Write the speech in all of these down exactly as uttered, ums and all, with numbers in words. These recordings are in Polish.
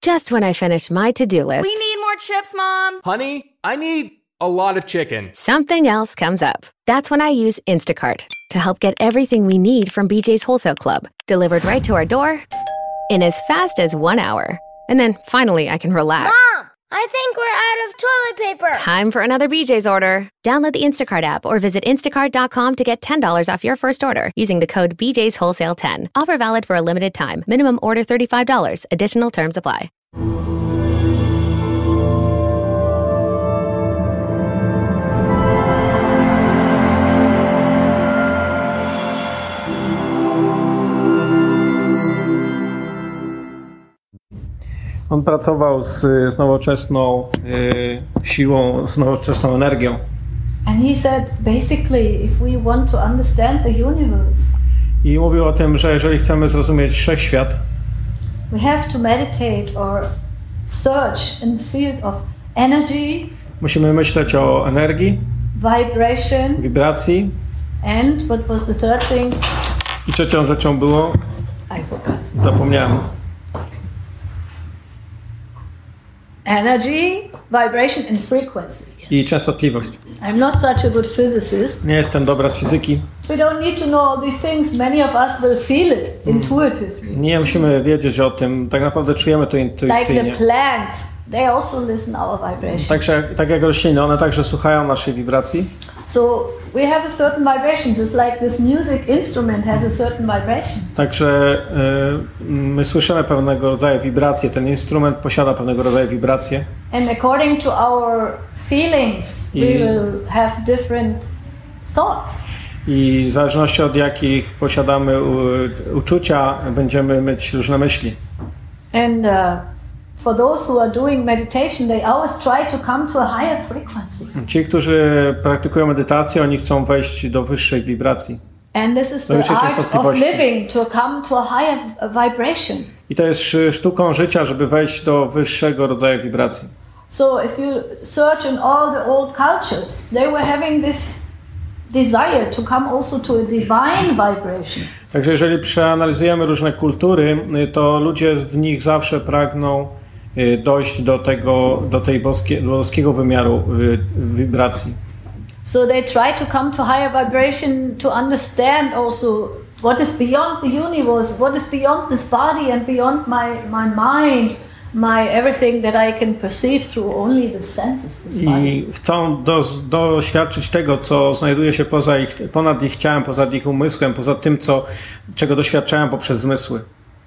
Just when I finish my to-do list, We need more chips, Mom. Honey, I need a lot of chicken. something else comes up. That's when I use Instacart to help get everything we need from B J's Wholesale Club delivered right to our door in as fast as one hour. And then finally I can relax. Mom, I think we're out of toilet paper. Time for another B J's order. Download the Instacart app or visit instacart dot com to get ten dollars off your first order using the code B J's Wholesale ten. Offer valid for a limited time. Minimum order thirty-five dollars. Additional terms apply. On pracował z, z nowoczesną y, siłą, z nowoczesną energią. And he said, basically, if we want to understand the universe, I mówił o tym, że jeżeli chcemy zrozumieć wszechświat, we have to meditate or search in the field of energy, musimy myśleć o energii, vibration, wibracji. and what was the third thing? I trzecią rzeczą było, I forgot. zapomniałem, Energy, vibration, and frequency. i częstotliwość. I'm not such a good physicist. Nie jestem dobra z fizyki. We don't need to know all these things. Many of us will feel it intuitively. Nie musimy wiedzieć o tym, tak naprawdę czujemy to Like the intuicyjnie. plants, they also listen our vibration. Także, tak jak rośliny, one także słuchają naszej wibracji. So we have a certain vibration, just like this music instrument has a certain vibration. Także y, my słyszymy pewnego rodzaju wibracje, ten instrument posiada pewnego rodzaju wibracje. And according to our feelings, we I- will have different thoughts. I w zależności od jakich posiadamy u, uczucia, będziemy mieć różne myśli. And uh, for those who are doing meditation, they always try to come to a higher frequency. Ci, którzy praktykują medytację, oni chcą wejść do wyższej wibracji. And this is To the wyższej art of częstotliwości. living, to come to a higher v- vibration. I to jest sz- sztuką życia, żeby wejść do wyższego rodzaju wibracji. So if you search in all the old cultures, they were having this desire to come also to a divine vibration. Także jeżeli przeanalizujemy różne kultury, y, to ludzie w nich zawsze pragną y, dojść do tego, do tej boskie, boskiego wymiaru y, wibracji. So they try to come to higher vibration to understand also what is beyond the universe, what is beyond this body and beyond my, my mind, my everything that I can perceive through only the senses, this body. I chcą do, doświadczyć tego, co znajduje się poza ich, ponad ich ciałem, poza ich umysłem, poza tym, co, czego doświadczają poprzez zmysły.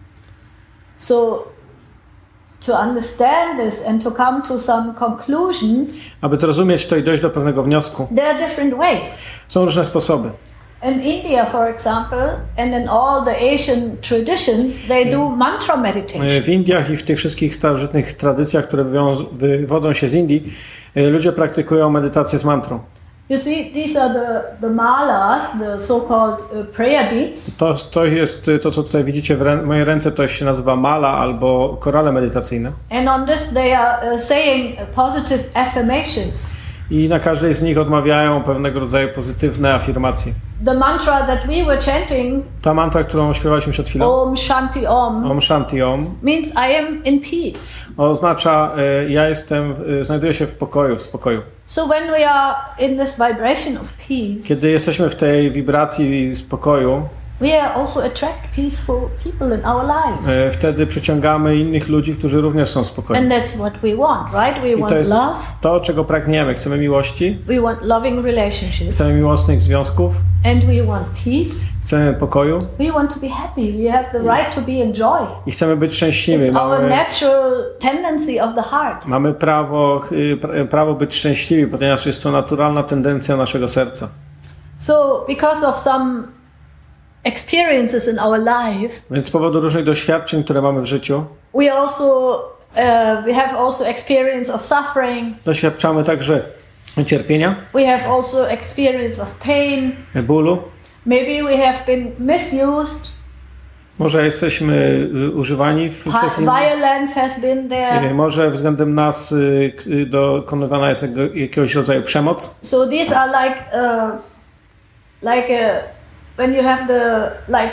So to understand this and to come to some conclusion, Aby zrozumieć to i dojść do pewnego wniosku, there are different ways. są różne sposoby. In India, for example, and in all the Asian traditions, they do mantra meditation. W Indiach i w tych wszystkich starożytnych tradycjach, które wywiąz- wywodzą się z Indii, y, ludzie praktykują medytację z mantrą. You see, these are the, the malas, the so-called uh, prayer beads. To, to jest y, to, co tutaj widzicie w rę- mojej ręce, to się nazywa mala albo korale medytacyjne. And on this they are uh, saying uh, positive affirmations. I na każdej z nich odmawiają pewnego rodzaju pozytywne afirmacje. The mantra that we were chanting, Ta mantra, którą śpiewaliśmy przed chwilą, Om Shanti Om, Om Shanti Om, means I am in peace. oznacza y, ja jestem, y, znajduję się w pokoju, w spokoju. So when we are in this vibration of peace, Kiedy jesteśmy w tej wibracji spokoju, we are also attract peaceful people in our lives. y, wtedy przyciągamy innych ludzi, którzy również są And spokojni. that's what we want, right? We I to want jest love, to, czego pragniemy. Chcemy miłości, we want loving relationships, chcemy miłosnych związków, and we want peace. chcemy pokoju We want to be happy. We have the right to be in joy. i chcemy być szczęśliwi. It's our Mamy, natural tendency of the heart. mamy prawo, y, pra- prawo być szczęśliwi, ponieważ jest to naturalna tendencja naszego serca. So because of some experiences in our life, Więc z powodu różnych doświadczeń, które mamy w życiu, we also uh, we have also experience of suffering. doświadczamy także cierpienia, We have also experience of pain. bólu. Maybe we have been misused. Może jesteśmy y, używani w Vi- przez innych. Violence has been Y, there. Może względem nas y, k- y, dokonywana jest jego- jakiegoś rodzaju przemoc. So these are like uh, like uh when you have the like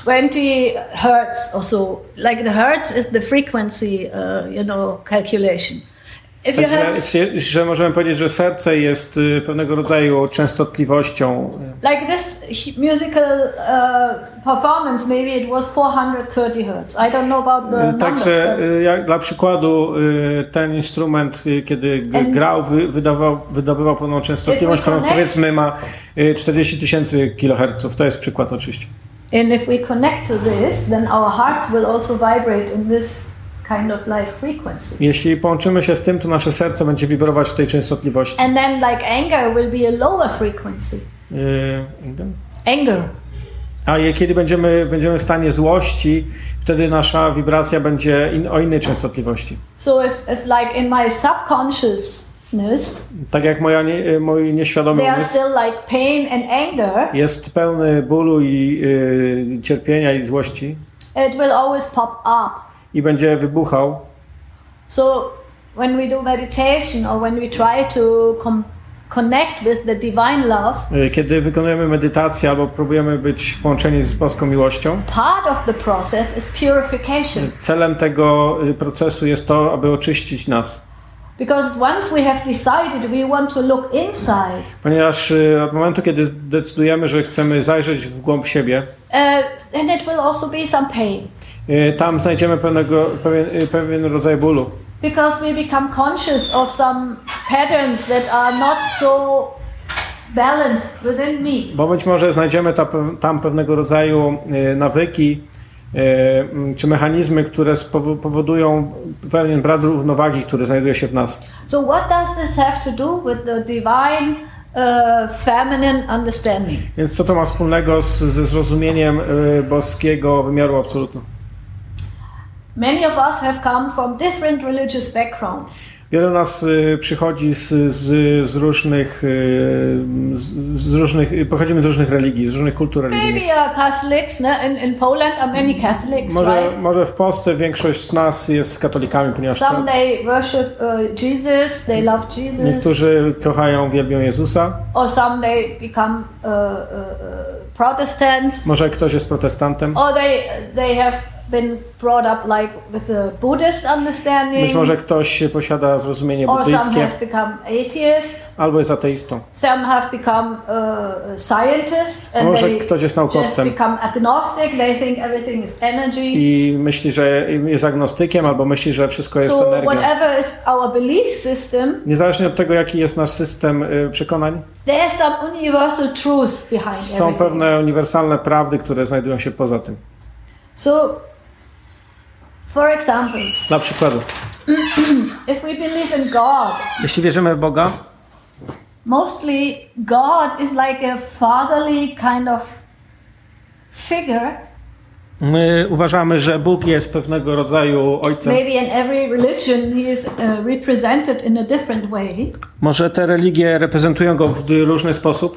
twenty hertz or so. Like the hertz is the frequency, uh, you know, calculation. If you have, Także, że możemy powiedzieć, że serce jest y, pewnego rodzaju częstotliwością. like this musical uh, performance, maybe it was four hundred thirty hertz. I don't know about the Także numbers. y, jak dla przykładu y, ten instrument, y, kiedy g- And grał, wy, wydawał, wydobywał pewną częstotliwość, if we którą connect- powiedzmy ma y, czterdzieści tysięcy kiloherców. To jest przykład oczywiście. And if we connect to this, then our hearts will also vibrate in this kind of like frequency. Jeśli połączymy się z tym, to nasze serce będzie wibrować w tej częstotliwości. And then like anger will be a lower frequency. Y, Anger. A je- kiedy będziemy, będziemy w stanie złości, wtedy nasza wibracja będzie in, o innej częstotliwości. So if, if like in my subconsciousness, Tak jak moja nie, mój nieświadomy there are umysł still like pain and anger, jest pełny bólu i y, cierpienia i złości it will always pop up. i będzie wybuchał. So when we do meditation or when we try to com- connect with the divine love, Y, Kiedy wykonujemy medytację albo próbujemy być połączeni z boską miłością, part of the process is purification. celem tego y, procesu jest to, aby oczyścić nas. Because once we have decided we want to look inside, Ponieważ y, od momentu, kiedy decydujemy, że chcemy zajrzeć w głąb siebie, uh, then it will also be some pain. y, tam znajdziemy pewnego, pewien, y, pewien rodzaj bólu. Because we become conscious of some patterns that are not so balanced within me. Bo być może znajdziemy ta, tam pewnego rodzaju y, nawyki y, m, czy mechanizmy, które spowo- powodują pewien brak równowagi, który znajduje się w nas. So what does this have to do with the divine uh, feminine understanding? Więc co to ma wspólnego z, ze zrozumieniem y, boskiego wymiaru absolutu? Many of us have come from different religious backgrounds. Wielu nas y, przychodzi z, z, z różnych, y, z, z różnych, y, pochodzimy z różnych religii, z różnych kultur religijnych. Maybe are Catholics. No? In, in Poland are many Catholics, Może, right? może w Polsce większość z nas jest katolikami, ponieważ to, Some they worship uh, Jesus, they love Jesus. niektórzy kochają, wielbią Jezusa. Or some they become uh, uh, uh, Protestants. Może ktoś jest protestantem. Or they they have been brought up like with a Buddhist understanding. Być może ktoś posiada zrozumienie Or some buddyjskie, have become atheist. albo jest ateistą. Some have become uh, scientists and Może they ktoś jest just naukowcem become agnostic. They think everything is energy. i myśli, że jest agnostykiem, albo myśli, że wszystko jest So energia. whatever is our belief system, Niezależnie od tego, jaki jest nasz system y, przekonań, there's some universal truth behind są everything. pewne uniwersalne prawdy, które znajdują się poza tym. So, for example, Dla przykładu, if we believe in God, jeśli wierzymy w Boga, mostly God is like a fatherly kind of figure. my uważamy, że Bóg jest pewnego rodzaju ojcem. Maybe in every religion he is uh, represented in a different way. Może te religie reprezentują go w różny sposób,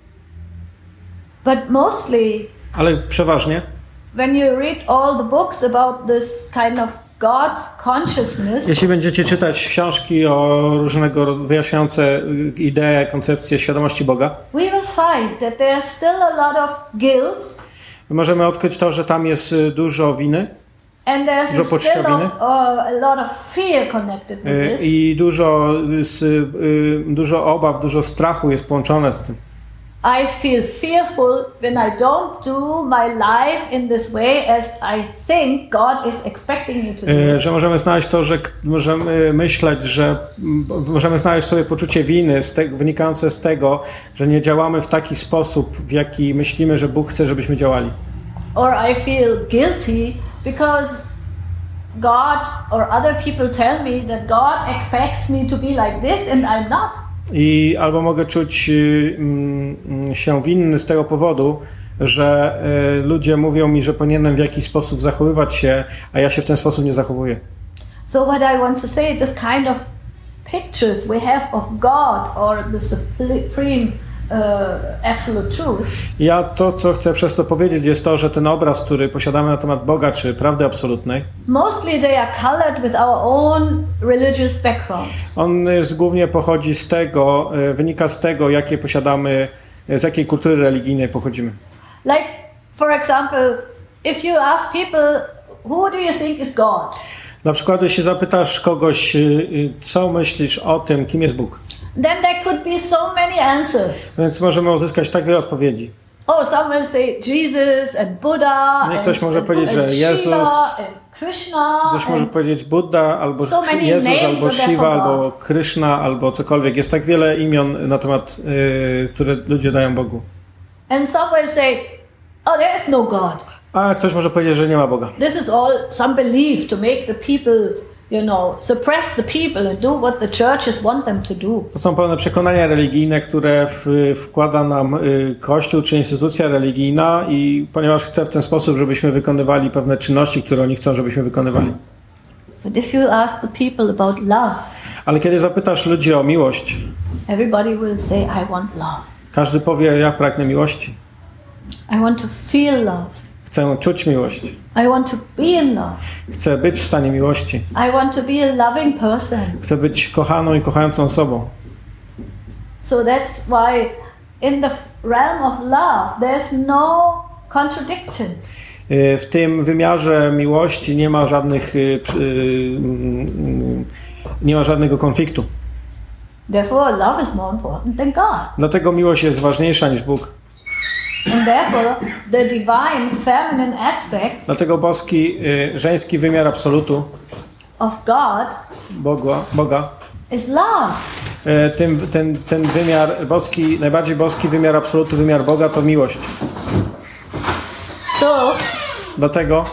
But mostly, ale przeważnie, when you read all the books about this kind of God consciousness, jeśli będziecie czytać książki o różnego rodzaju wyjaśniające idee, koncepcje świadomości Boga, we will find that there's still a lot of guilt możemy odkryć to, że tam jest dużo winy and there's Dużo still poczciowiny. of, uh, a lot of fear connected with y, this. i dużo, z, y, dużo obaw, dużo strachu jest połączone z tym. I feel fearful when I don't do my life in this way as I think God is expecting me to do. Y, Że możemy znaleźć to, że k- możemy myśleć, że m, możemy znaleźć sobie poczucie winy z te, wynikające z tego, że nie działamy w taki sposób, w jaki myślimy, że Bóg chce, żebyśmy działali. Or I feel guilty because God or other people tell me that God expects me to be like this and I'm not. I albo mogę czuć y, mm, się winny z tego powodu, że y, ludzie mówią mi, że powinienem w jakiś sposób zachowywać się, a ja się w ten sposób nie zachowuję. So what I want to say, this kind of pictures we have of God or the supreme uh, absolute truth, Ja to, co chcę przez to powiedzieć, jest to, że ten obraz, który posiadamy na temat Boga, czy prawdy absolutnej, mostly they are colored with our own religious backgrounds. on jest, głównie pochodzi z tego, y, wynika z tego, jakie posiadamy, z jakiej kultury religijnej pochodzimy. Like, for example, if you ask people, who do you think is God? Na przykład, jeśli zapytasz kogoś, co myślisz o tym, kim jest Bóg, then there could be so many answers. więc możemy uzyskać tak wiele odpowiedzi. Oh, some will say Jesus and Buddha No i ktoś and, może and, powiedzieć, and że Shiva Jezus, and Krishna. ktoś może and powiedzieć Buddha, albo so many Jezus, names albo are there Shiva, for God. albo Krishna, albo cokolwiek. Jest tak wiele imion na temat, y, które ludzie dają Bogu. And some will say, oh, there is no God. A ktoś może powiedzieć, że nie ma Boga. This is all some belief to make the people, you know, suppress the people and do what the churches want them to do. To są pełne przekonania religijne, które w, wkłada nam y, Kościół czy instytucja religijna, i ponieważ chce w ten sposób, żebyśmy wykonywali pewne czynności, które oni chcą, żebyśmy wykonywali. But if you ask the people about love, Ale kiedy zapytasz ludzi o miłość, everybody will say, I want love. każdy powie, ja pragnę miłości. I want to feel love. Chcę czuć miłość. I want to be in love. Chcę być w stanie miłości. I want to be a loving person. Chcę być kochaną i kochającą osobą. So that's why in the realm of love, there's no contradiction. Y, W tym wymiarze miłości nie ma żadnych, y, y, y, nie ma żadnego konfliktu. Therefore, love is more important than God. Dlatego miłość jest ważniejsza niż Bóg. And therefore, the divine feminine aspect Dlatego boski, y, żeński wymiar absolutu of God Boga, Boga is love. y, tym, ten, ten wymiar boski, najbardziej boski wymiar absolutu, wymiar Boga to miłość. So, Dlatego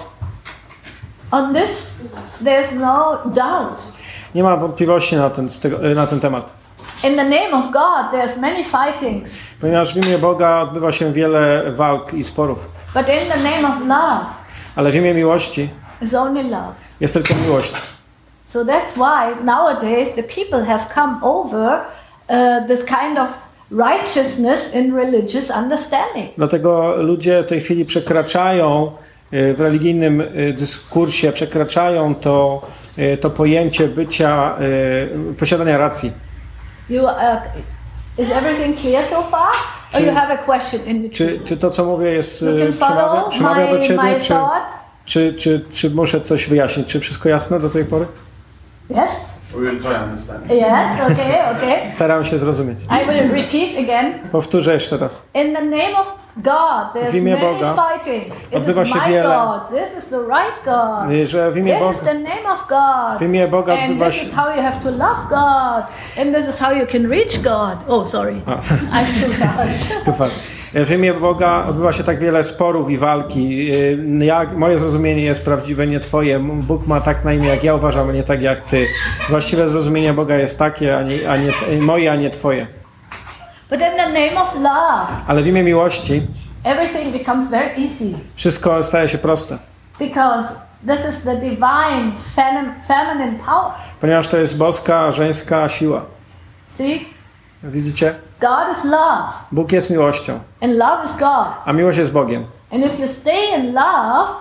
on this, there's no doubt. nie ma wątpliwości na ten, z tego, y, na ten temat. In the name of God, there's many fightings. Ponieważ w imię Boga odbywa się wiele walk i sporów. But in the name of love Ale w imię miłości is only love. jest tylko miłość. So that's why nowadays the people have come over uh, this kind of righteousness in religious understanding. Dlatego ludzie w tej chwili przekraczają y, w religijnym y, dyskursie, przekraczają to, y, to pojęcie bycia, y, posiadania racji. You, uh, is everything clear so far? Or Czy- you have a question in between? Czy, czy to, co mówię, jest You y, can przemawia, follow przemawia do my, ciebie, my czy, thought? czy, czy, czy muszę coś wyjaśnić? Czy wszystko jasne do tej pory? Yes? We will try and understand. Yes, okay, okay. Staram się zrozumieć. I will repeat again. Powtórzę jeszcze raz. In the name of God, there's W imię many Boga fightings. It odbywa is się my wiele. God. This is the right God. Y, Że w imię This is Boga, the name of God. w imię Boga And odbywa this się... is how you have to love God. And this is how you can reach God. Oh, sorry. A, I'm too fast. tu fakt. W imię Boga odbywa się tak wiele sporów i walki. Y, Jak, moje zrozumienie jest prawdziwe, nie twoje. Bóg ma tak na imię, jak ja uważam, a nie tak jak ty. Właściwe zrozumienie Boga jest takie, a nie, a nie moje, a nie twoje. But in the name of love, Ale w imię miłości everything becomes very easy. wszystko staje się proste. Because this is the divine fem- feminine power. Ponieważ to jest boska, żeńska siła. See? Widzicie? God is love. Bóg jest miłością, And love is God. a miłość jest Bogiem. And if you stay in love,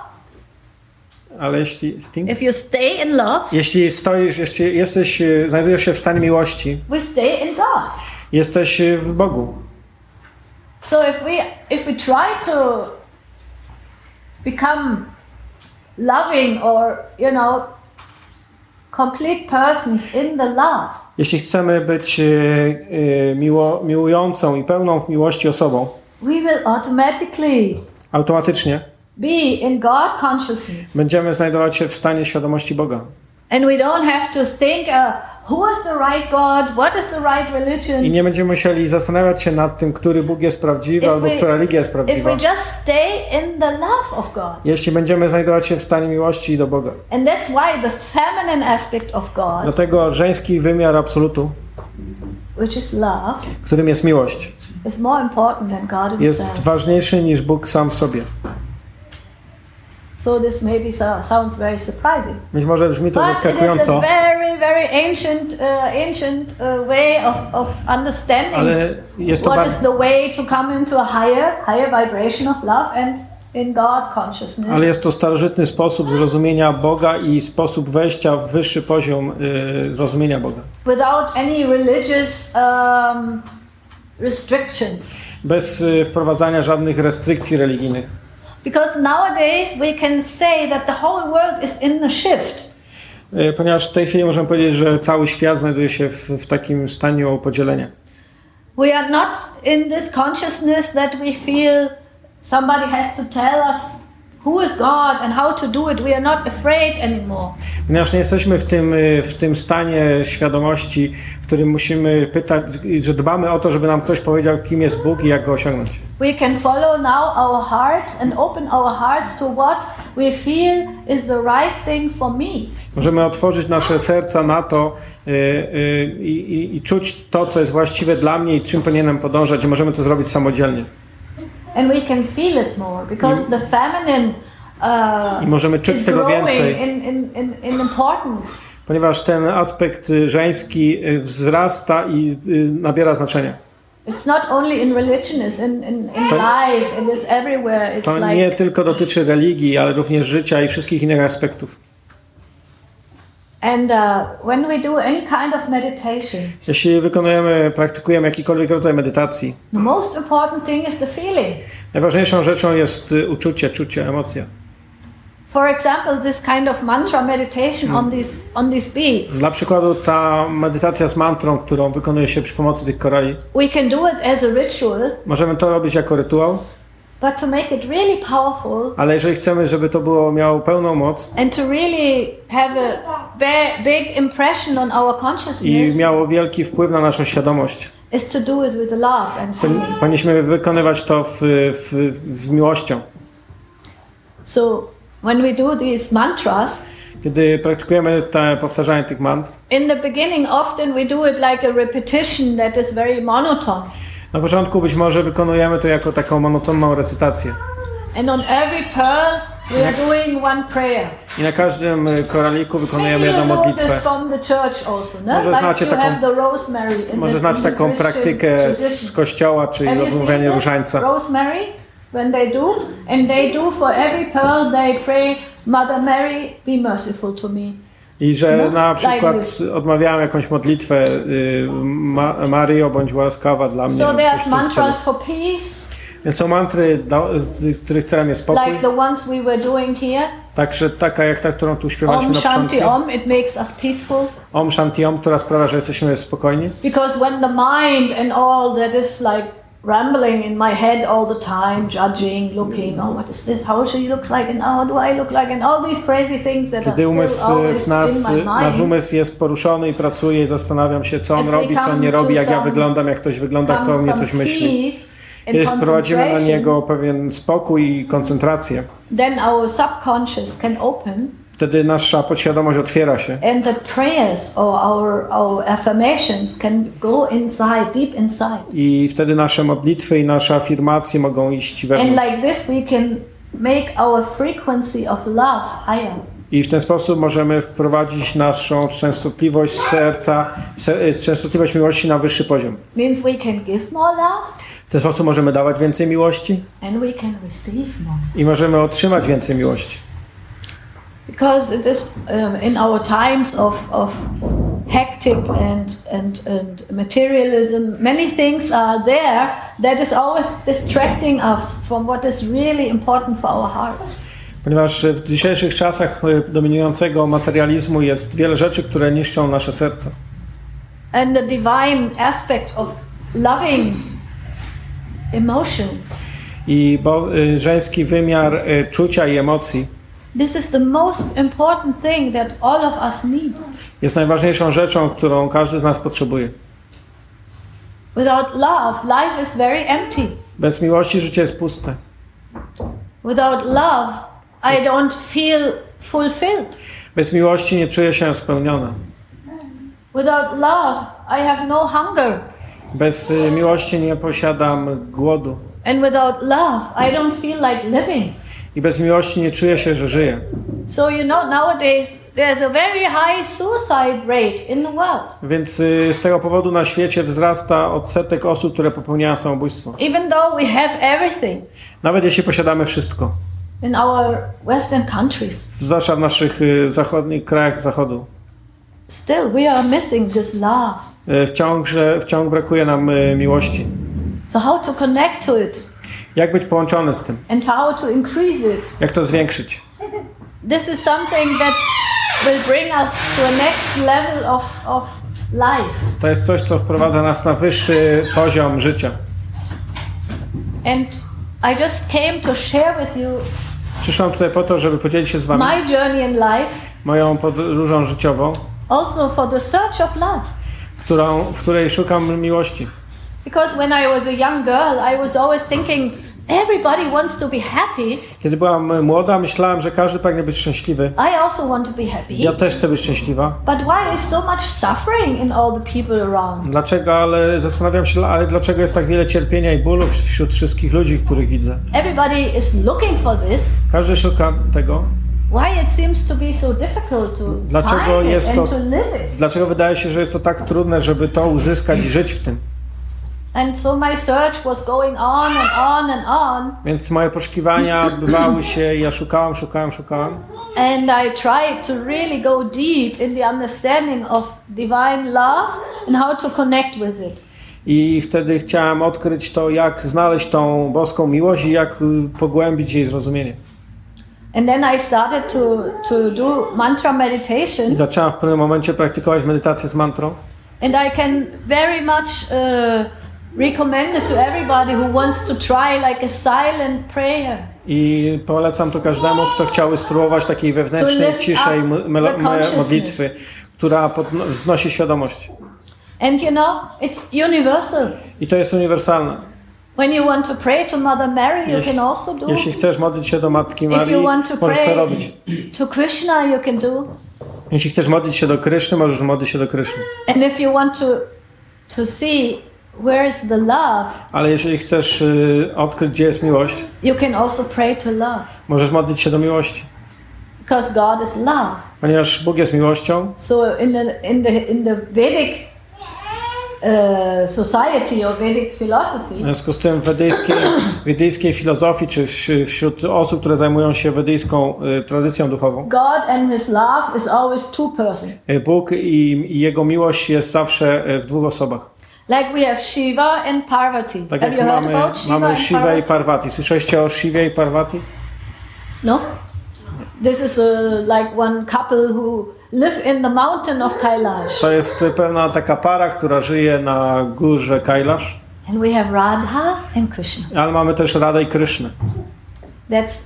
Ale jeśli, if you stay in love, jeśli stoisz, jeśli jesteś, znajdujesz się w stanie miłości, we stay in God. jesteś w Bogu. So if we if we try to become loving or, you know, complete persons in the love, Jeśli chcemy być e, e, miło, miłującą i pełną w miłości osobą, we will automatically automatycznie be in God consciousness. będziemy znajdować się w stanie świadomości Boga. And we don't have to think, uh, who is the right God? What is the right religion? I nie będziemy musieli zastanawiać się nad tym, który Bóg jest prawdziwy If albo we- która religia jest If prawdziwa. we just stay in the love of God. Jeśli będziemy znajdować się w stanie miłości do Boga. And that's why the feminine aspect of God, Dlatego żeński wymiar absolutu, which is love, którym jest miłość, is more important than God jest himself. ważniejszy niż Bóg sam w sobie. So this maybe so, sounds very surprising. Być może brzmi to But it is a zaskakująco, very, very ancient, uh, ancient uh, way of, of understanding ale jest to what bardzo... is the way to come into a higher, higher vibration of love and in God consciousness. Ale jest to starożytny sposób zrozumienia Boga i sposób wejścia w wyższy poziom y, zrozumienia Boga. Without any religious um, restrictions. Bez y, wprowadzania żadnych restrykcji religijnych. Because nowadays we can say that the whole world is in a shift. Ponieważ w tej chwili możemy powiedzieć, że cały świat znajduje się w, w takim stanie podzielenia. We are not in this consciousness that we feel somebody has to tell us who is God and how to do it. We are not afraid anymore. Ponieważ nie jesteśmy w tym, w tym stanie świadomości, w którym musimy pytać, że dbamy o to, żeby nam ktoś powiedział, kim jest Bóg i jak go osiągnąć. We can follow now our hearts and open our hearts to what we feel is the right thing for me. Możemy otworzyć nasze serca na to yy, yy, i, i czuć to, co jest właściwe dla mnie i czym powinienem podążać, i możemy to zrobić samodzielnie. And we can feel it more because the feminine uh, I możemy czuć is tego więcej, in, in, in, in importance. Ponieważ ten aspekt żeński wzrasta i nabiera znaczenia. It's not only in religion, it's in, in, in to, life and it's everywhere. It's to like, nie tylko dotyczy religii, ale również życia i wszystkich innych aspektów. And uh, when we do any kind of meditation, jeśli wykonujemy, praktykujemy jakikolwiek rodzaj medytacji, the most important thing is the feeling. Najważniejszą rzeczą jest uczucie, czucie, emocja. For example, this kind of mantra meditation on these on these beads. Dla przykładu ta medytacja z mantrą, którą wykonuje się przy pomocy tych korali. We can do it as a ritual. Możemy to robić jako rytuał. But to make it really powerful, ale jeżeli chcemy, żeby to było miało pełną moc and to really have a big impression on our consciousness, i miało wielki wpływ na naszą świadomość, is to do it with love and feeling. Powinniśmy wykonywać to w, w, w miłością. So when we do these mantras, kiedy praktykujemy te, powtarzanie tych mantr, in the beginning often we do it like a repetition that is very monotone. Na początku być może wykonujemy to jako taką monotonną recytację. And on every pearl we are doing one prayer. I na każdym koraliku wykonujemy jedną modlitwę. From the church also, no? Może znacie like taką, może znacie taką praktykę z kościoła, czyli odmawianie różańca. Rosemary, when they do, and they do for every pearl they pray, Mother Mary, be merciful to me. I że na przykład odmawiałem jakąś modlitwę, Ma, Maryjo, bądź łaskawa dla mnie. So there's mantras for peace. Są mantry, których celem jest pokój. Like the ones we were doing here. Także taka jak ta, którą tu śpiewaliśmy Om na początku. Shanti Om, it makes us peaceful. Om Shanti Om, która sprawia, że jesteśmy spokojni. Because when the mind and all that is like rambling in my head all the time, judging, looking, oh, what is this? How she looks like, and oh, do I look like, and all these crazy things that Kiedy are umysł still always w nas, in my mind. nasz umysł jest poruszony i pracuje i zastanawiam się, co on robi, co on nie robi, jak ja wyglądam, jak ktoś wygląda, kto o mnie coś myśli. Kiedy sprowadzimy na niego pewien spokój i koncentrację, then our subconscious can open. Wtedy nasza podświadomość otwiera się. And the prayers or our, our affirmations can go inside, deep inside. I wtedy nasze modlitwy i nasze afirmacje mogą iść wewnątrz. And like this we can make our frequency of love higher. I w ten sposób możemy wprowadzić naszą częstotliwość serca, częstotliwość miłości na wyższy poziom. Means we can give more love. W ten sposób możemy dawać więcej miłości. And we can receive more. I możemy otrzymać więcej miłości. Because it is um, in our times of, of hectic and, and, and materialism, many things are there that is always distracting us from what is really important for our hearts. Ponieważ w dzisiejszych czasach dominującego materializmu jest wiele rzeczy, które niszczą nasze serca. And the divine aspect of loving emotions. I bo, y, żeński wymiar y, czucia i emocji. This is the most important thing that all of us need. Jest najważniejszą rzeczą, którą każdy z nas potrzebuje. Without love, life is very empty. Bez miłości życie jest puste. Without love, I don't feel fulfilled. Bez miłości nie czuję się spełniona. Without love, I have no hunger. Bez y, miłości nie posiadam głodu. And without love, I don't feel like living. I bez miłości nie czuję się, że żyję. So you know nowadays there's a very high suicide rate in the world. Więc y, z tego powodu na świecie wzrasta odsetek osób, które popełniają samobójstwo. Even though we have everything. Nawet jeśli posiadamy wszystko. In our western countries. Zwłaszcza w naszych y, zachodnich krajach zachodu. Still we are missing this love. Y, wciąż, wciąż brakuje nam y, miłości. So how to connect to it? Jak być połączony z tym? And how to increase it. Jak to zwiększyć? This is something that will bring us to a next level of, of life. To jest coś, co wprowadza nas na wyższy poziom życia. And I just came to share with you Przyszłam tutaj po to, żeby podzielić się z wami my journey in life, moją podróżą życiową, also for the search of love. którą, w której szukam miłości. Because when I was a young girl, I was always thinking everybody wants to be happy. Kiedy byłam młoda, myślałam, że każdy pragnie być szczęśliwy. I also want to be happy. Ja też chcę być szczęśliwa. But why is so much suffering in all the people around? Dlaczego? Ale zastanawiam się, ale dlaczego jest tak wiele cierpienia i bólu wśród wszystkich ludzi, których widzę? Everybody is looking for this. Każdy szuka tego. Why it seems to be so difficult to Dlaczego find jest it to, and to live it? dlaczego wydaje się, że jest to tak trudne, żeby to uzyskać i żyć w tym? And so my search was going on and on and on. Więc moje poszukiwania odbywały się, ja szukałam, szukałam, szukałam. And I tried to really go deep in the understanding of divine love and how to connect with it. I wtedy chciałam odkryć to, jak znaleźć tą boską miłość i jak pogłębić jej zrozumienie. And then I started to, to do mantra meditation. I zaczęłam w pewnym momencie praktykować medytację z mantrą. And I can very much uh, recommend it to everybody who wants to try like a silent prayer. I polecam to każdemu, kto chciałby spróbować takiej wewnętrznej, ciszej modlitwy, która wznosi świadomość. And you know, it's universal. I to jest uniwersalne. When you want to pray to Mother Mary, you Jeśli, can also do. jeśli chcesz modlić się do Matki If Marii, you want to możesz to pray robić. to Krishna, you can do. Jeśli chcesz modlić się do Kryszny, możesz modlić się do Kryszny. And if you want to to see where is the love, Ale jeżeli chcesz y, odkryć, gdzie jest miłość, you can also pray to love. możesz modlić się do miłości. Because God is love. Ponieważ Bóg jest miłością, So in the in the in the Vedic uh, society or Vedic philosophy, w związku z tym w wedyjskiej, wedyjskiej filozofii, czy wśród osób, które zajmują się wedyjską y, tradycją duchową, God and His love is always two person. y, Bóg i, i Jego miłość jest zawsze y, w dwóch osobach. Like we have Shiva and Parvati. Tak Have jak you heard mamy, about Shiva mamy and Shivę Parvati? i Parvati. Słyszeliście o Shiwie i Parvati? No. This is a, like one couple who live in the mountain of Kailash. To jest pewna taka para, która żyje na górze Kailash. And we have Radha and Krishna. Ale mamy też Radę i Krysznę. That's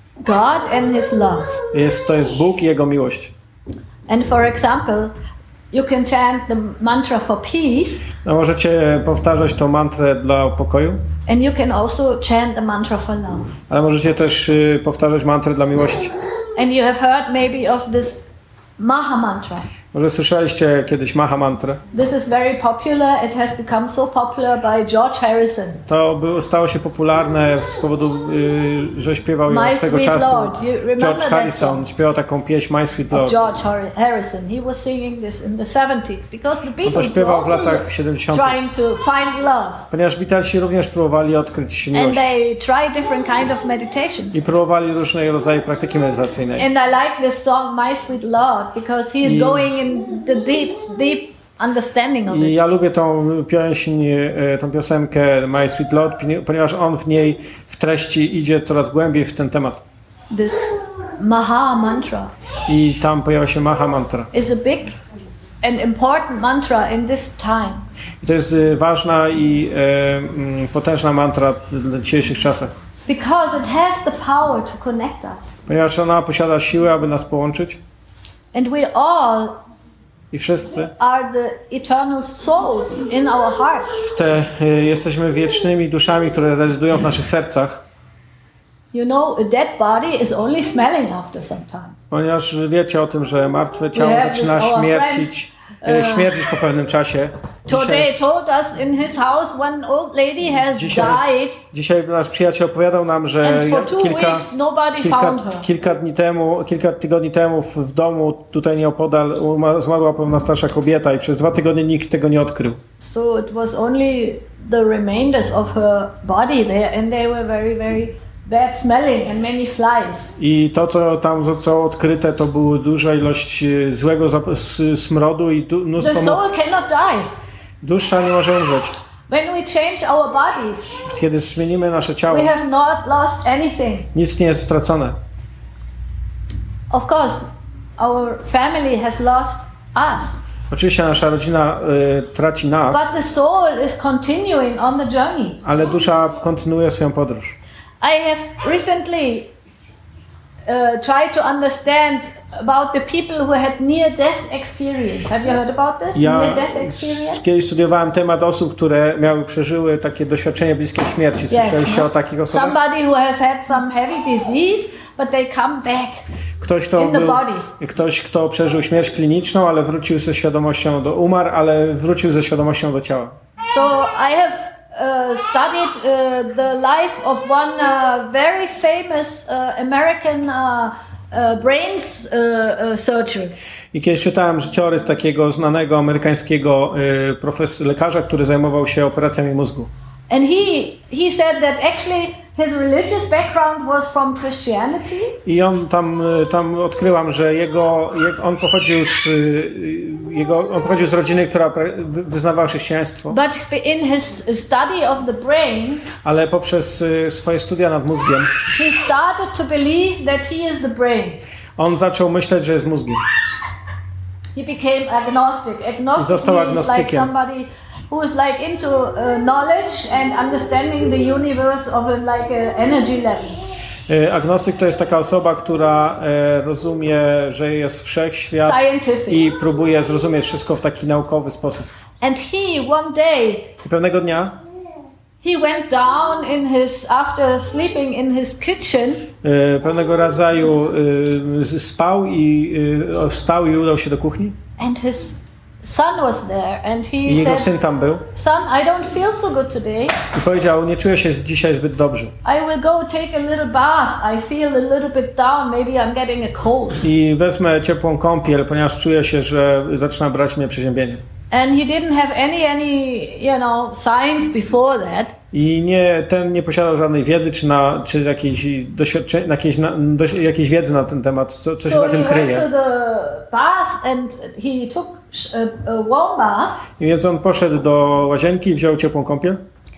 God and His love. Jest, to jest Bóg i Jego miłość. And for example, you can chant the mantra for peace. No, możecie powtarzać tą mantrę dla pokoju, And you can also chant the mantra for love. ale możecie też y, powtarzać mantrę dla miłości. And you have heard maybe of this Maha Mantra. Może słyszeliście kiedyś Maha Mantrę. This is very popular. It has become so popular by George Harrison. To było, stało się popularne z powodu, y, że śpiewał ją My swego Sweet czasu. Lord. You remember George that Harrison song? śpiewał taką pieśń My Sweet Of Lord. George Har- Harrison. He was singing this in the seventies because the On to Beatles were śpiewał w also latach siedemdziesiątych. trying to find love. Ponieważ Beatlesi również próbowali odkryć And miłość they tried different kind of meditations. i próbowali różne rodzaje praktyki medytacyjnej. And I like this song My Sweet Lord because he is I- going in the deep, deep understanding of I it. ja lubię tą pieśń, e, tą piosenkę My Sweet Lord, ponieważ on w niej w treści idzie coraz głębiej w ten temat. This Maha Mantra I tam pojawia się Maha Mantra. is a big and important mantra in this time. I to jest e, ważna i e, m, potężna mantra w dzisiejszych czasach. Because it has the power to connect us. Ponieważ ona posiada siłę, aby nas połączyć. And we all I wszyscy are the eternal souls in our hearts. te, e, jesteśmy wiecznymi duszami, które rezydują w naszych sercach. You know, a dead body is only smelling after some time. Ponieważ wiecie o tym, że martwe ciało We have zaczyna this, our śmiercić, friends, e, śmierdzić po pewnym czasie. Today Dzisiaj, told us in his house one old lady has Dzisiaj- died. dzisiaj nasz przyjaciel opowiadał nam, że And for two kilka, weeks nobody kilka, found her. kilka dni temu, kilka tygodni temu w, w domu tutaj nieopodal uma- zmarła pewna starsza kobieta i przez dwa tygodnie nikt tego nie odkrył. So it was only the remainders of her body there, and they were very, very bad smelling and many flies. I to, co tam zostało odkryte, to była duża ilość e, złego zap- s- smrodu i du- The mnóstwo much. soul cannot die. Dusza nie może umrzeć. When we change our bodies, Kiedy zmienimy nasze ciało, we have not lost anything. nic nie jest stracone. Of course, our family has lost us, Oczywiście nasza rodzina y, traci nas, but the soul is continuing on the journey. ale dusza kontynuuje swoją podróż. I have recently uh, tried to understand about the people who had near-death experience. Have you heard about this? Ja Near-death experience? kiedyś studiowałem temat osób, które miały, przeżyły takie doświadczenie bliskiej śmierci. Słyszeliście no? o takich osobach? Somebody who has had some heavy disease, but they come back. Ktoś, kto in the był, body. ktoś, kto przeżył śmierć kliniczną, ale wrócił ze świadomością do umarł, ale wrócił ze świadomością do ciała. So I have uh, studied uh, the life of one uh, very famous uh, American uh, uh, brains uh, uh, surgeon. I kiedyś czytałem życiorys takiego znanego amerykańskiego y, profes- lekarza, który zajmował się operacjami mózgu. And he he said that actually his religious background was from Christianity. I on tam, y, tam odkryłam, że jego, jego on pochodził z y, jego, on pochodził z rodziny, która pra- wy- wyznawała chrześcijaństwo, But in his study of the brain, ale poprzez y, swoje studia nad mózgiem he started to believe that he is the brain. on zaczął myśleć, że jest mózgiem. He became agnostic. Agnostic Został means like agnostykiem. somebody who is like into uh, knowledge and understanding the universe of a, like a energy level. Y, Agnostyk to jest taka osoba, która e, rozumie, że jest wszechświat Scientific. i próbuje zrozumieć wszystko w taki naukowy sposób. And he one day I pewnego dnia he went down in his after sleeping in his kitchen. y, pewnego rodzaju y, spał i y, wstał i udał się do kuchni. And his son was there, and he I jego said, syn tam był "Son, I don't feel so good today. i powiedział, nie czuję się dzisiaj zbyt dobrze. I will go take a little bath. I feel a little bit down. Maybe I'm getting a cold." I wezmę ciepłą kąpiel, ponieważ czuję się, że zaczyna brać mnie przeziębienie. And he didn't have any any you know science before that. I nie, ten nie posiadał żadnej wiedzy, czy, na, czy jakiejś, doświadczenia, jakiejś, na, do, jakiejś wiedzy na ten temat, co, co się So za he tym went kryje. to the bath and he took a, a warm bath. I więc on poszedł do łazienki i wziął ciepłą kąpiel.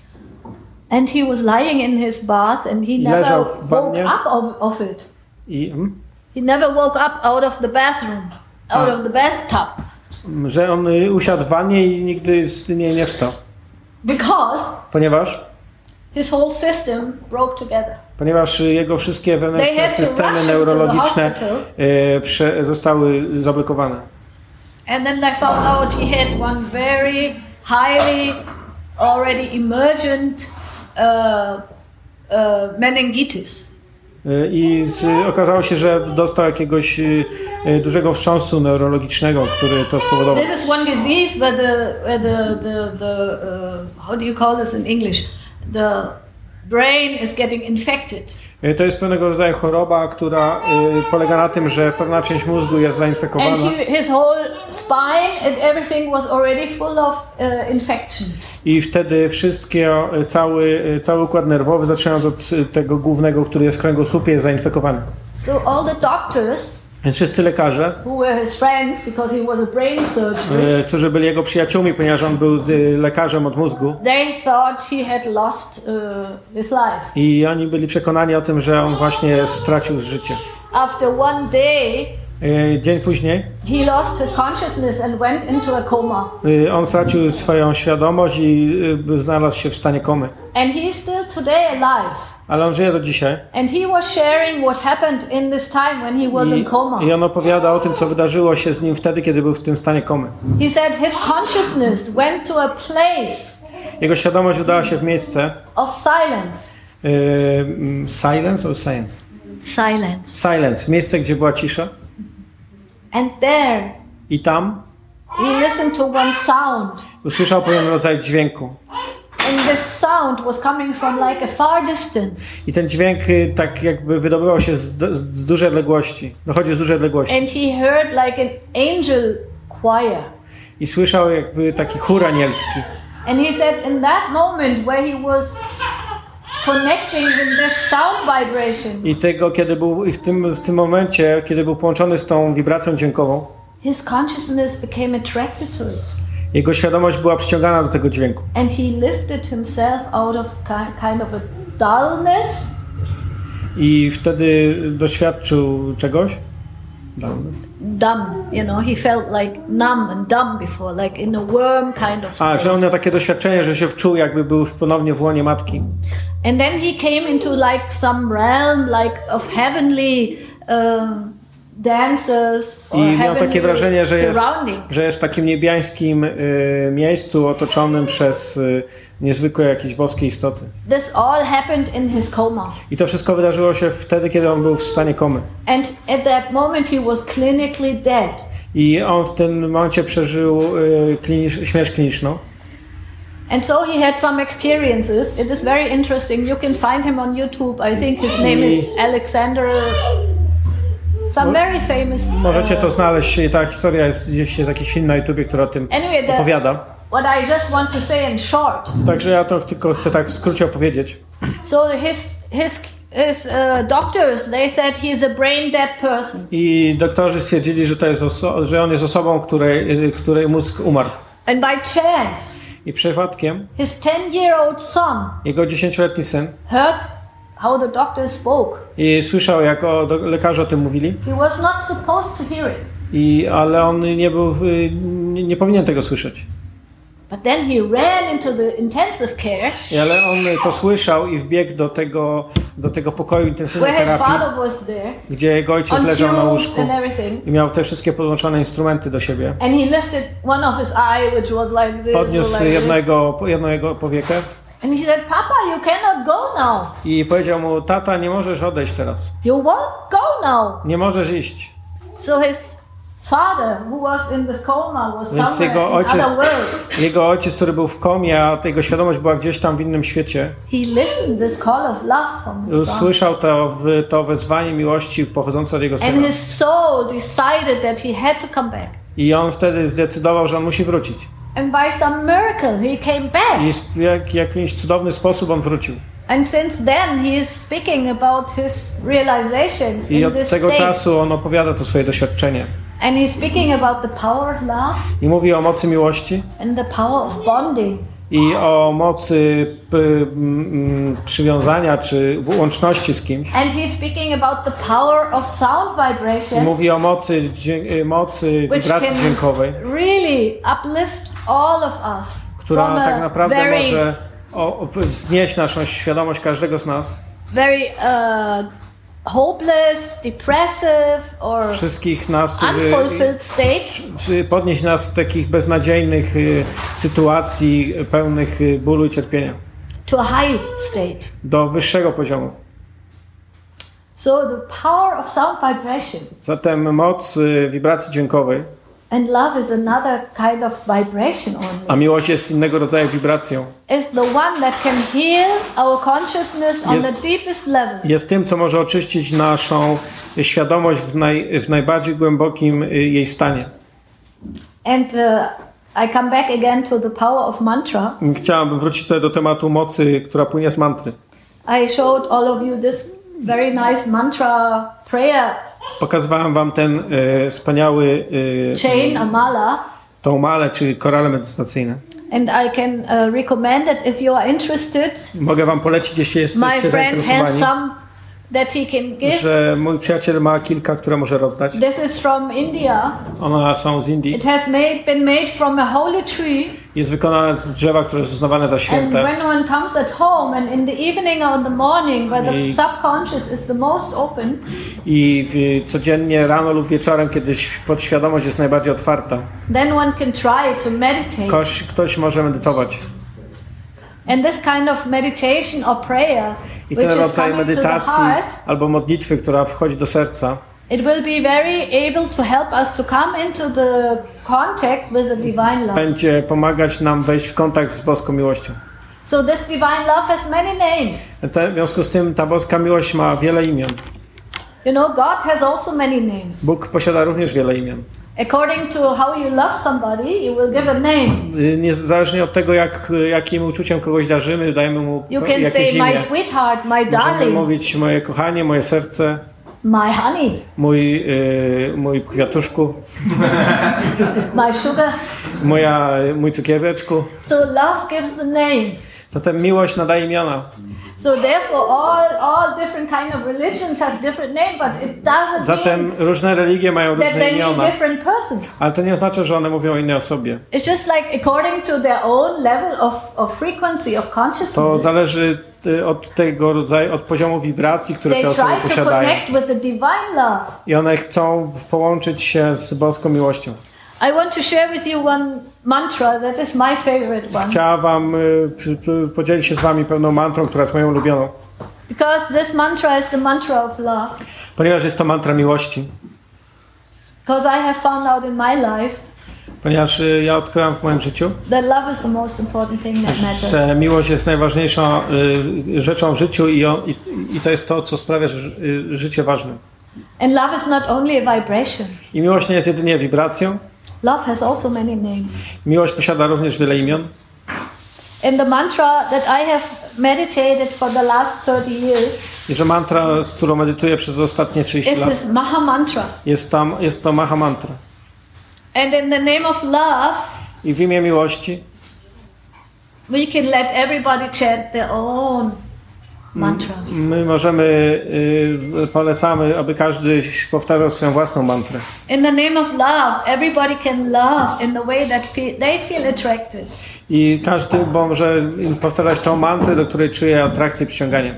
And he was lying in his bath and he never leżał w woke wannie. up of, of it. I mm, He never woke up out of the bathroom, out Ah. of the bathtub. że on y, usiadł w wannie i nigdy z tym nie wstał. Because Ponieważ, his whole system broke together. ponieważ jego wszystkie They wewnętrzne had to systemy rush him to the neurologiczne hospital. y, prze, zostały zablokowane. And then they found out he had one very highly already emergent uh, uh, meningitis. Y, I z, okazało się, że dostał jakiegoś y, y, dużego wstrząsu neurologicznego, który to spowodował. This is one disease where the, where the, the, the uh, how do you call this in English? The brain is getting infected. Y, To jest pewnego rodzaju choroba, która y, polega na tym, że pewna część mózgu jest And zainfekowana he, his whole spine and everything was already full of uh, infection. i wtedy wszystkie, y, cały, y, cały układ nerwowy, zaczynając od y, tego głównego, który jest w kręgosłupie, jest zainfekowany. So all the doctors Więc wszyscy lekarze, who were his friends because he was a brain surgeon, y, którzy byli jego przyjaciółmi, ponieważ on był y, lekarzem od mózgu, they thought he had lost uh, his life. i oni byli przekonani o tym, że on właśnie stracił życie. After one day, Y, Dzień później he lost his consciousness and went into a coma. y, on stracił swoją świadomość i y, znalazł się w stanie komy. And he's still today alive. Ale on żyje do dzisiaj. And he was sharing what happened in this time when he was in I, coma. I on opowiada o tym, co wydarzyło się z nim wtedy, kiedy był w tym stanie komy. He said his consciousness went to a place Jego świadomość udała się w miejsce of silence. y, mm, silence or science? Silence. Silence, w miejsce, gdzie była cisza. And there I tam he listened to one sound. usłyszał pewien rodzaj dźwięku. And this sound was coming from like a far distance. I ten dźwięk y, tak jakby wydobywał się z, z, z dużej odległości. Dochodził z dużej odległości. And he heard like an angel choir. I słyszał jakby taki chór anielski. And he said in that moment where he was connecting with this sound vibration, I tego, kiedy był, i w tym, w tym momencie, kiedy był połączony z tą wibracją dźwiękową, his consciousness became attracted to it. Jego świadomość była przyciągana do tego dźwięku. And he lifted himself out of kind of a dullness. I wtedy doświadczył czegoś? Dullness. Dumb, you know, he felt like numb and dumb before, like in a worm kind of state. A, że on miał takie doświadczenie, że się wczuł, jakby był ponownie w łonie matki. And then he came into like some realm like of heavenly um, dancers or I miał takie wrażenie, że jest, surroundings. że jest w takim niebiańskim y, miejscu otoczonym przez y, niezwykłe jakieś boskie istoty. This all happened in his coma. I to wszystko wydarzyło się wtedy, kiedy on był w stanie komy. And at that moment he was clinically dead. I on w tym momencie przeżył y, klinicz, śmierć kliniczną. And so he had some experiences. It is very interesting. You can find him on YouTube. I think his name is Alexander. Some very famous. Możecie to znaleźć. Ta historia jest gdzieś, jest jakiś film na YouTubie, który o tym anyway, the, opowiada. What I just want to say in short. Także ja to tylko chcę tak w skrócie opowiedzieć. So his his his uh, doctors, they said he is a brain dead person. I doktorzy stwierdzili, że to jest oso- że on jest osobą, której której mózg umarł. And by chance. I przypadkiem His ten-year-old son. Jego dziesięcioletni syn. Heard how the doctors spoke. I słyszał, jak o, do, lekarze o tym mówili. He was not supposed to hear it. I, ale on nie był, nie, nie powinien tego słyszeć. But then he ran into the intensive care. I, ale on to słyszał i wbiegł do tego, do tego pokoju intensywnej Where his terapii, father was there. gdzie jego ojciec On leżał na tubes łóżku and everything. i miał te wszystkie podłączone instrumenty do siebie. And he lifted one of his eye, which was like this. Podniósł or like jednego, jedną jego powiekę. And he said, Papa, you cannot go now. I powiedział mu: tata, nie możesz odejść teraz. You won't go now. Nie możesz iść. So his father, who was in this coma, was Więc somewhere jego in ojciec, other worlds. jego ojciec, który był w komie, a jego świadomość była gdzieś tam w innym świecie, He listened this call of love from his son. słyszał to, to wezwanie miłości pochodzące od jego syna. And his soul decided that he had to come back. I on wtedy zdecydował, że on musi wrócić. And by some miracle he came back. I w jak, jakiś cudowny sposób on wrócił. And since then he is speaking about his realizations I in od this tego state. czasu on opowiada to swoje doświadczenie. And he's speaking about the power of love I mówi o mocy miłości and the power of bonding. i o mocy p, m, przywiązania czy łączności z kimś. And he's speaking about the power of sound I vibration, mówi o mocy, dźwię- mocy which wibracji can dźwiękowej, really uplift all of us która from tak a naprawdę very, może o, o, wznieść naszą świadomość każdego z nas. very uh, hopeless, depressive, or Wszystkich nas, którzy unfulfilled state. czy podnieść nas z takich beznadziejnych y, sytuacji pełnych y, bólu i cierpienia To a high state. do wyższego poziomu. So the power of sound vibration Zatem moc y, wibracji dźwiękowej, and love is another kind of vibration a only. miłość jest innego rodzaju wibracją, Is the one that can heal our consciousness on Jest- the deepest level. jest tym, co może oczyścić naszą świadomość w, naj, w najbardziej głębokim y, jej stanie. And uh, I come back again to the power of mantra. Chciałabym wrócić tutaj do tematu mocy, która płynie z mantry. I showed all of you this very nice mantra prayer Pokazywałem wam ten y, wspaniały y, chain, a mala. tą malę, czy korale medytacyjne. And I can uh, recommend it if you are interested. Mogę wam polecić, jeśli My jesteście friend has zainteresowani, some that he can give. że mój przyjaciel ma kilka, które może rozdać. This is from India. One są z Indii. It has made, been made from a holy tree. Jest wykonane z drzewa, które jest uznawane za And święte. when one comes at home and in the evening or in the morning, where the I- subconscious is the most open, I w, codziennie rano lub wieczorem, kiedy podświadomość jest najbardziej otwarta, then one can try to meditate. ktoś, ktoś może medytować. And this kind of meditation or prayer, I which ten is rodzaj coming to the medytacji heart, albo modlitwy, która wchodzi do serca, it will be very able to help us to come into the contact with the divine love. będzie pomagać nam wejść w kontakt z boską miłością. So this divine love has many names. Te, w związku z tym ta boska miłość ma wiele imion. You know, God has also many names. Bóg posiada również wiele imion. According to how you love somebody, you will give a name. Y, Niezależnie od tego, jak, jakim uczuciem kogoś darzymy, dajemy mu You can jakieś say, my imię. sweetheart, my Możemy darling. mówić moje kochanie, moje serce. my honey, mój, yy, mój kwiatuszku, my sugar. moja, mój cukiereczku. So love gives a name. Zatem miłość nadaje imiona. So therefore all, all different kind of religions have different names, but it doesn't Zatem mean różne religie mają that różne they mean imiona. different persons. Ale to nie oznacza, że one mówią o innej osobie. It's just like according to their own level of, of frequency of To consciousness. zależy y, od tego rodzaju, od poziomu wibracji, które They te osoby try to posiadają. connect with the divine love. I one chcą połączyć się z boską miłością. I want to share with you one mantra that is my favorite one. Chciałam wam y, p- p- podzielić się z wami pewną mantrą, która jest moją ulubioną. Because this mantra is the mantra of love. Ponieważ jest to mantra miłości. Because I have found out in my life Ponieważ y, ja odkryłam w moim życiu, that love is the most important thing that że matters. miłość jest najważniejszą y, rzeczą w życiu i, on, i, i to jest to, co sprawia że, y, życie ważnym. And love is not only a vibration. I miłość nie jest jedynie wibracją. Love has also many names. Miłość posiada również wiele imion. And the mantra that I have meditated for the last thirty years I że mantra, którą medytuję przez ostatnie trzydzieści is lat, this Maha Mantra. jest, tam, jest to Maha Mantra. And in the name of love, I w imię miłości we can let everybody chant their own mantra. my możemy, y, polecamy, aby każdy powtarzał swoją własną mantrę. In the name of love, everybody can love in the way that feel, they feel attracted. I każdy może powtarzać tą mantrę, do której czuje atrakcję i przyciąganie.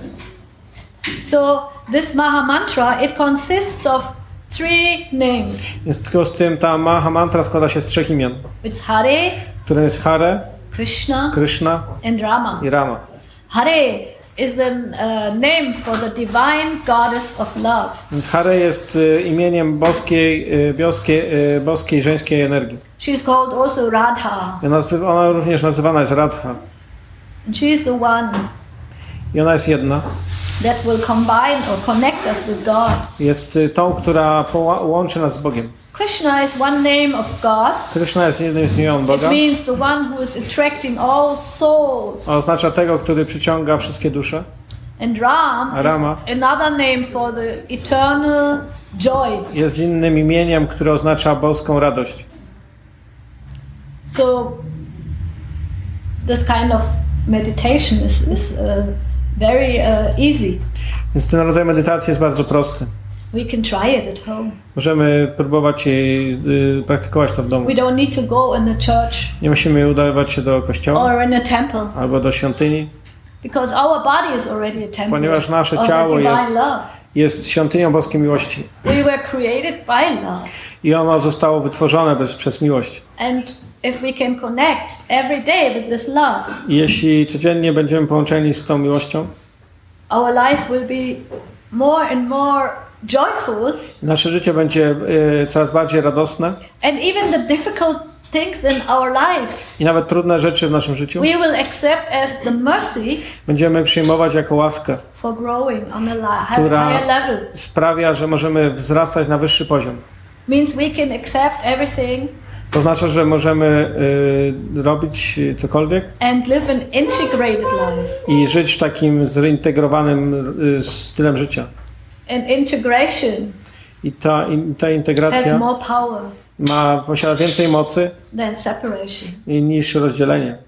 So this Maha Mantra, it consists of three names. Więc tylko z tym ta Maha Mantra składa się z trzech imion, It's Hare, które jest Hare, Krishna, Krishna and Rama. i Rama. Hare is the uh, name for the divine goddess of love. Więc Hare jest y, imieniem boskiej, y, boskiej, y, boskiej żeńskiej energii. She's called also Radha. I nazywa, ona również nazywana jest Radha. And she's the one I ona jest jedna. that will combine or connect us with God. Jest y, tą, która poła- łączy nas z Bogiem. Krishna is one name of God. Krishna jest jednym z imion It Boga. means the one who is attracting all souls. A oznacza tego, który przyciąga wszystkie dusze. And Ram A Rama is another name for the eternal joy. jest innym imieniem, które oznacza boską radość. So this kind of meditation is, is uh, very uh, easy. Więc ten rodzaj medytacji jest bardzo prosty. We can try it at home. Możemy próbować jej, y, praktykować to w domu. We don't need to go in the church Nie musimy udawać się do kościoła or in a temple albo do świątyni, because our body is already a temple ponieważ nasze of the ciało divine jest, love. jest świątynią boskiej miłości. We were created by love. I ono zostało wytworzone bez, przez miłość. And if we can connect every day with this love, I jeśli codziennie będziemy połączeni z tą miłością, our life will be more and more joyful, nasze życie będzie y, coraz bardziej radosne and even the difficult things in our lives i nawet trudne rzeczy w naszym życiu we will accept as the mercy będziemy przyjmować jako łaskę, for growing on a li- która higher level. sprawia, że możemy wzrastać na wyższy poziom. Means we can accept everything To znaczy, że możemy y, robić cokolwiek and live an integrated life. i żyć w takim zintegrowanym y, stylem życia. And integration I ta, i ta has integracja more power ma, posiada więcej mocy than separation. niż rozdzielenie.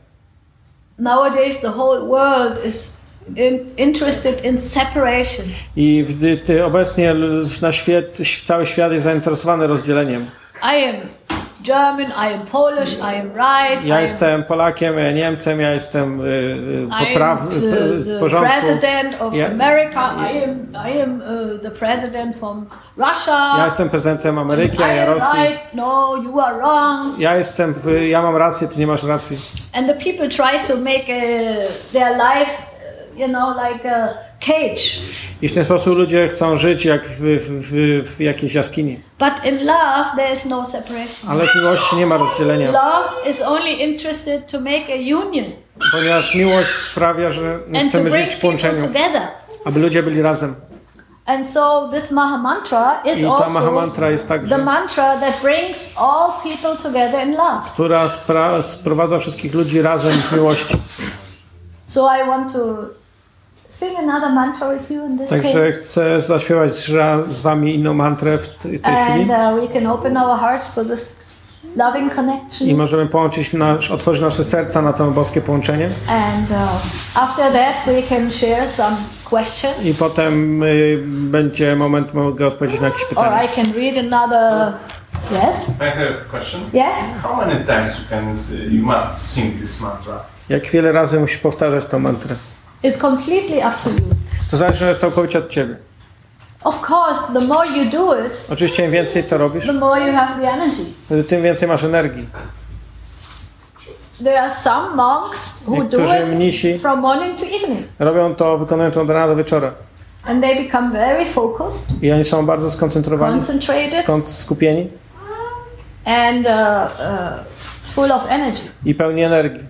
Nowadays the whole world is in, interested in separation. I w, ty, obecnie na świat, cały świat jest zainteresowany rozdzieleniem. I am German, I am Polish, I am right. I Ja am, jestem Polakiem, ja Niemcem, ja jestem y, I popraw, am the, w the porządku. president of Ja- America. I am I am uh, the president from Russia. Ja jestem prezydentem Ameryki, a I ja am Rosji. right. No, you are wrong. Ja jestem, ja mam rację, ty nie masz racji. And the people try to make uh, their lives, uh, you know, like a cage. I w ten sposób ludzie chcą żyć jak w, w, w, w jakiejś jaskini. But in love, there is no separation. Ale w miłości nie ma rozdzielenia. Love is only interested to make a union Ponieważ miłość sprawia, że my and to chcemy bring żyć w people połączeniu, together. aby ludzie byli razem. And so this Maha Mantra is I ta also Maha Mantra jest the także, mantra that brings all people together in love. która spra- sprowadza wszystkich ludzi razem w miłości. So I want to sing another mantra with you in this Także case. chcę zaśpiewać raz z wami inną mantrę w tej tej And chwili. uh, we can open our hearts for this loving connection. I możemy połączyć nasz, otworzyć nasze serca na to boskie połączenie. And uh, after that we can share some questions. I potem y, będzie moment, mogę odpowiedzieć na jakieś Or pytania. I can read another. Yes? I have a question. Yes? How many times you can uh, you must sing this mantra? Jak wiele razy musisz powtarzać tą mantrę? It's completely up to you. To zależy całkowicie od ciebie. Of course, the more you do it, Oczywiście im więcej to robisz, the more you have the energy. tym więcej masz energii. There are some monks who do Niektórzy mnisi it from morning to evening. robią to, wykonują to od rana do wieczora. And they become very focused, I oni są bardzo skoncentrowani, concentrated, skąd skupieni and uh, uh, full of energy. i pełni energii.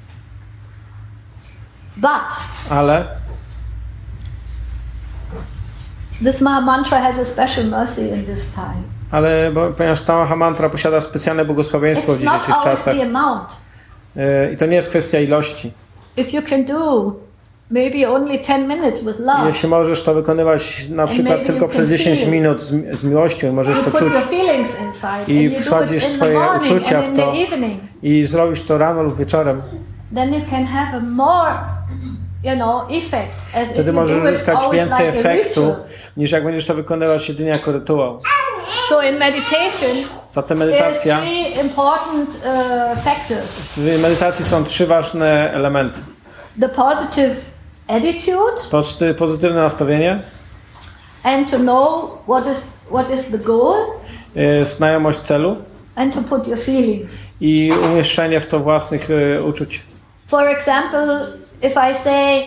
But Ale this Maha Mantra has a special mercy in this time. ale bo, ponieważ ta Maha Mantra posiada specjalne błogosławieństwo w It's not dzisiejszych always czasach. the amount. Yy, I to nie jest kwestia ilości. If you can do maybe only ten minutes with love, Jeśli możesz to wykonywać na przykład maybe tylko you przez can dziesięć feel it. minut z, z miłością i możesz you to put czuć your feelings inside I and you do it wsadzisz in the swoje morning uczucia and w in to. the evening, i zrobisz to rano lub wieczorem, then you can have a more, you know, effect as wtedy if you możesz do it uzyskać always więcej like a efektu, ritual. niż jak będziesz to wykonywać jedynie jako rytuał. So in meditation, Zatem there's medytacja, three important uh, factors: w medytacji są trzy ważne elementy. the positive attitude, Pozy- Pozytywne nastawienie, and to know what is what is the goal, yy, znajomość celu and to put your feelings. i umieszczenie w to własnych yy, uczuć. For example, if I say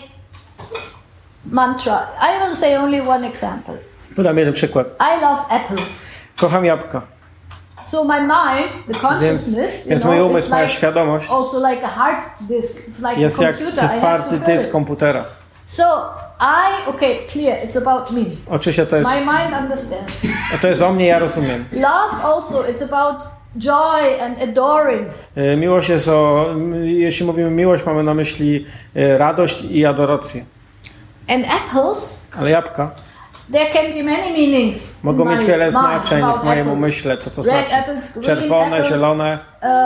mantra, I will say only one example. Podam jeden przykład. I love apples. Kocham jabłka, So my mind, the więc, consciousness, you więc mój know, umysł, is moja like świadomość also like a hard disk. It's like jest a jak computer. I have twardy to fill dysk it. komputera. So I, okay, clear. It's about me. Oczywiście to jest, My mind understands. to jest o mnie, ja rozumiem. Love also, it's about joy and adoring. Yy, Miłość jest o, m, jeśli mówimy miłość, mamy na myśli yy, radość i adorację. And apples, Ale jabłka there can be many meanings. mogą in mieć my wiele mind znaczeń about w moim apples. umyśle, co to Red znaczy. apples, green Czerwone, apples, zielone,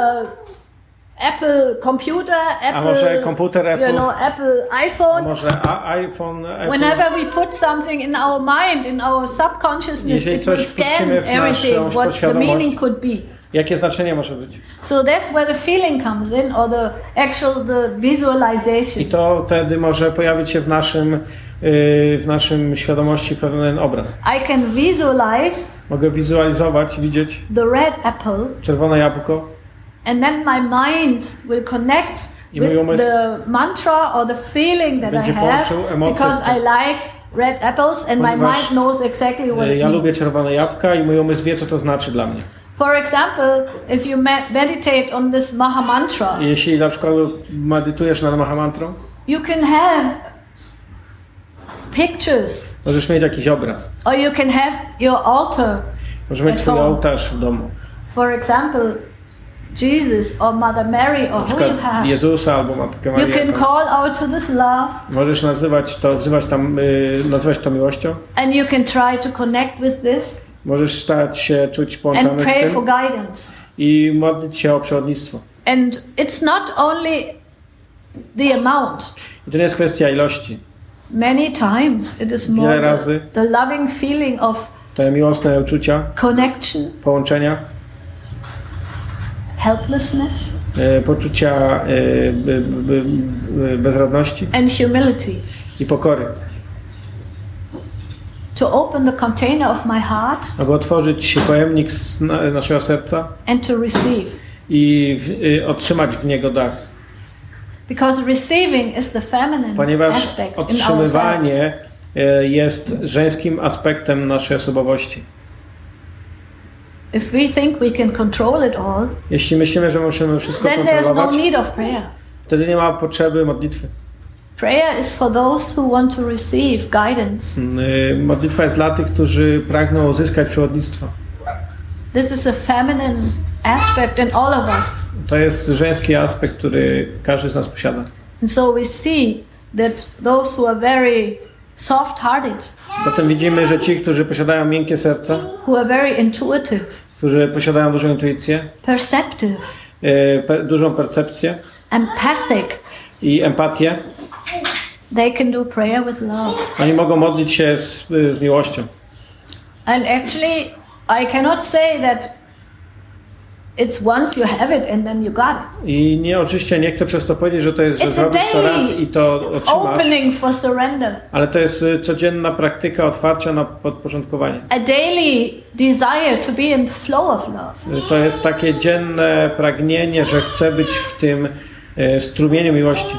Uh, Apple computer, Apple, a może komputer you Apple, know, Apple a iPhone. może a- iPhone, Apple. Whenever we put something in our mind, in our subconsciousness, Jeżeli it will coś scan wpuścimy w everything, naszą what the podświadomość. meaning could be. Jakie znaczenie może być? So that's where the feeling comes in, or the actual the visualization. I to wtedy może pojawić się w naszym, yy, w naszym świadomości pewien obraz. I can visualize Mogę wizualizować, widzieć the red apple, czerwone jabłko and then my mind will connect I mój with umysł the mantra or the feeling that I będzie have, połączył emocje because z tym. I like red apples, and my Ponieważ, mind knows exactly what yy, it ja lubię means. czerwone jabłka i mój umysł wie, co to znaczy dla mnie. For example, if you med- meditate on this Maha Mantra, I jeśli na przykład medytujesz nad Maha Mantrą, you can have pictures, możesz mieć jakiś obraz. or you can have your altar. Możesz mieć At swój home. ołtarz w domu. For example, Jesus or Mother Mary or Na who przykład you have. Jezusa albo Matkę You can Marię. call out to this love, Możesz nazywać to, wzywać tam, yy, nazywać to miłością. and you can try to connect with this Możesz stać się, czuć and połączony z pray tym for guidance. i modlić się o przewodnictwo. And it's not only the amount. I to nie jest kwestia ilości. Many times it is more Wiele the, razy. the loving feeling of Te miłosne uczucia, connection, połączenia, helplessness, yy, poczucia yy, by, by, by, bezradności and humility. i pokory. To open the container of my heart Aby otworzyć pojemnik z na, naszego serca and to receive. i w, yy, otrzymać w niego dar. Because receiving is the feminine Ponieważ aspect in ourselves. otrzymywanie yy, jest żeńskim aspektem naszej osobowości. If we think we can control it all, Jeśli myślimy, że musimy wszystko then there's no kontrolować, need of prayer. wtedy nie ma potrzeby modlitwy. Prayer is for those who want to receive guidance. Yy, Modlitwa jest dla tych, którzy pragną uzyskać przewodnictwo. This is a feminine aspect in all of us. To jest żeński aspekt, który każdy z nas posiada. And so we see that those who are very soft-hearted, Zatem widzimy, że ci, którzy posiadają miękkie serce, who are very intuitive, którzy posiadają dużą intuicję, perceptive, e, pe, dużą percepcję empathic, i empatię, they can do prayer with love. oni mogą modlić się z, z miłością. And actually, I cannot say that it's once you have it and then you got it. I nie, oczywiście nie chcę przez to powiedzieć, że to jest, że It's a zrobisz to daily raz i to otrzymasz, opening for surrender. ale to jest y, codzienna praktyka otwarcia na podporządkowanie. A daily desire to be in the flow of love. Y, To jest takie dzienne pragnienie, że chcę być w tym y, strumieniu miłości.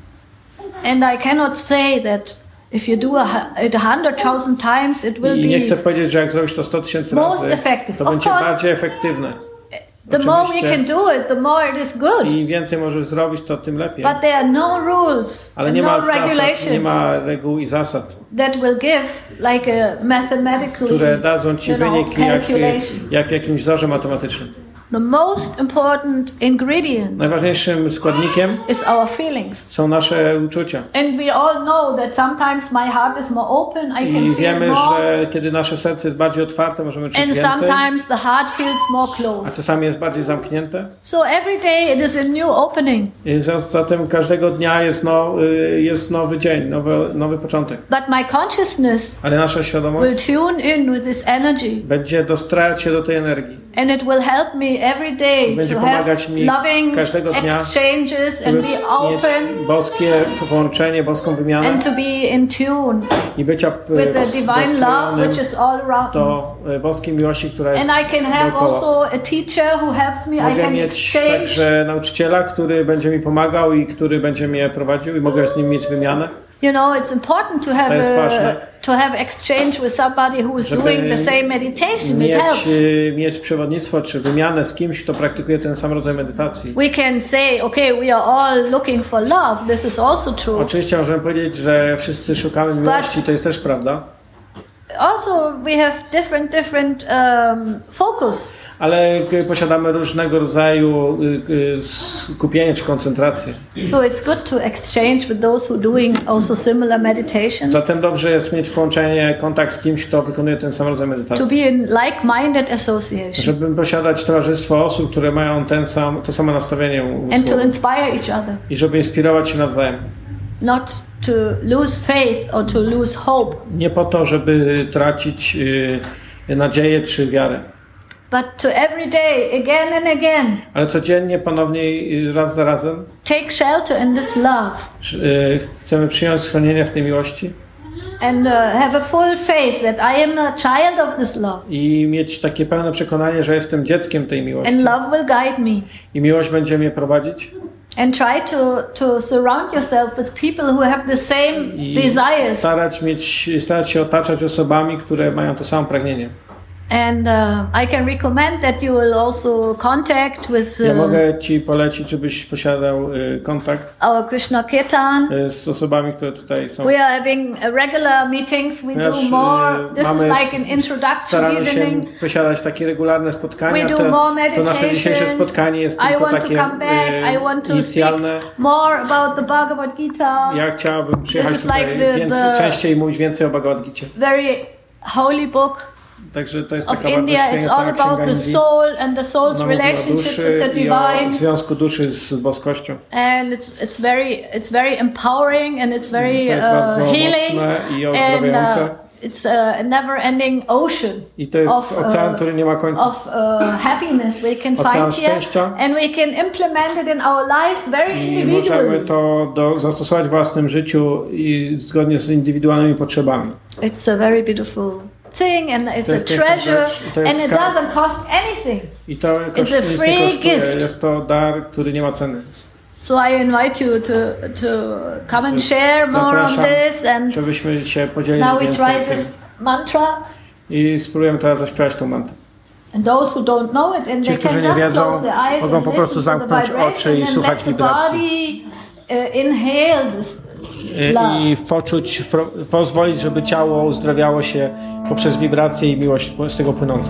And I cannot say that if you do a, it a hundred thousand times, it will I nie be chcę powiedzieć, że jak zrobisz to sto tysięcy most razy, effective. to Of będzie course, bardziej efektywne. the more we Oczywiście. can do it, the more it is good. I więcej możesz zrobić, to tym lepiej. But there are no rules Ale and nie ma no zasad, nie regulations ma reguł i zasad, that will give like a mathematically, które dadzą ci you know, wynik jak, calculation. jak w jakimś wzorze matematycznym. The most important ingredient Najważniejszym składnikiem is our feelings. są nasze uczucia. And we all know that sometimes my heart is more open, I can I feel wiemy, more. że kiedy nasze serce jest bardziej otwarte, możemy czuć And więcej, sometimes the heart feels more a closed. czasami jest bardziej zamknięte. So every day it is a new opening. I w związku z tym każdego dnia jest, no, y, jest nowy dzień, nowy, nowy początek. But my consciousness Ale nasza świadomość will tune in with this energy, będzie dostrajać się do tej energii. and it will help me every day Będzie to have pomagać mi loving każdego dnia, exchanges and żeby be open mieć boskie połączenie, boską wymianę and to be in tune i bycia with the divine love which is all around me. do y, boskiej miłości, która jest And I can have dookoła. also a teacher who helps me. I Mogę can mieć exchange. także nauczyciela, który będzie mi pomagał i który będzie mnie prowadził i mogę z nim mieć wymianę. You know, it's important to have To jest a, ważne. to have exchange with somebody who is Żeby doing the same meditation. It Mieć, helps. y, mieć przewodnictwo czy wymianę z kimś, kto praktykuje ten sam rodzaj medytacji. We can say, okay, we are all looking for love. This is also true. Oczywiście możemy powiedzieć, że wszyscy szukamy miłości, to jest też prawda. Also, we have different, different um, focus. Ale y, posiadamy różnego rodzaju y, y, skupienie czy koncentrację. So it's good to exchange with those who doing also similar meditations. Zatem dobrze jest mieć połączenie, kontakt z kimś, kto wykonuje ten sam rodzaj To medytacji. be in like-minded association Żeby posiadać towarzystwo osób, które mają ten sam, to samo nastawienie and to umysłowe. inspire each other. I żeby inspirować się nawzajem. Not to lose faith or to lose hope, Nie po to, żeby tracić y, nadzieję czy wiarę. but to every day, again and again, Ale codziennie, ponownie, y, raz za razem take shelter in this love y, chcemy przyjąć schronienie w tej miłości and uh, have a full faith that I am a child of this love i mieć takie pełne przekonanie, że jestem dzieckiem tej miłości. and love will guide me. I miłość będzie mnie prowadzić. And try to, to surround yourself with people who have the same I desires. starać, mieć, starać się otaczać osobami, które mają to samo pragnienie. And uh, I can recommend that you will also contact with Ja uh, mogę Ci polecić, żebyś posiadał y, kontakt our Krishna Kirtan. y, z osobami, które tutaj są. We are having uh, regular meetings. We Ponieważ, do more. y, This is mamy- like an introduction Staramy się evening. posiadać takie regularne spotkania. We do To, more to nasze dzisiejsze meditations. spotkanie jest I tylko want to takie come back. y, I want to speak inicjalne. more about the Bhagavad Gita. Ja chciałabym przyjechać is tutaj like the- więcej, the- częściej i mówić więcej o Bhagavad Gicie. Very holy book Także to jest of taka bardzo India. It's święta all about księga the Indii. soul and the soul's Ona mówi o relationship with duszy the i o divine. związku duszy z boskością. And it's it's very it's very empowering and it's very To jest uh, bardzo healing mocne i and ozdrawiające. uh, it's a never-ending ocean I to jest of, uh, ocean, który nie ma końca. of uh, happiness we can Ocean find here, szczęścia. and we can implement it in our lives very I możemy individually. to do, zastosować w własnym życiu i zgodnie z indywidualnymi potrzebami. It's a very beautiful thing, and it's To a jest piękna treasure, rzecz i to and jest it skarb. doesn't cost anything. I to kosz, a nic free nie kosztuje. gift. Jest to dar, który nie ma ceny. So I invite you to to come and share more on Zapraszam, this, and żebyśmy się podzielili now we więcej try tym. this mantra. I spróbujemy teraz zaśpiewać tą mantrę. And those who don't know it, and Ci, they can którzy nie just wiedzą, close their eyes mogą and po prostu listen to the zamknąć oczy i vibration and słuchać let the wibracji. body uh, inhale this love. I poczuć, wpro- pozwolić, żeby ciało uzdrawiało się poprzez wibracje i miłość z tego płynącą.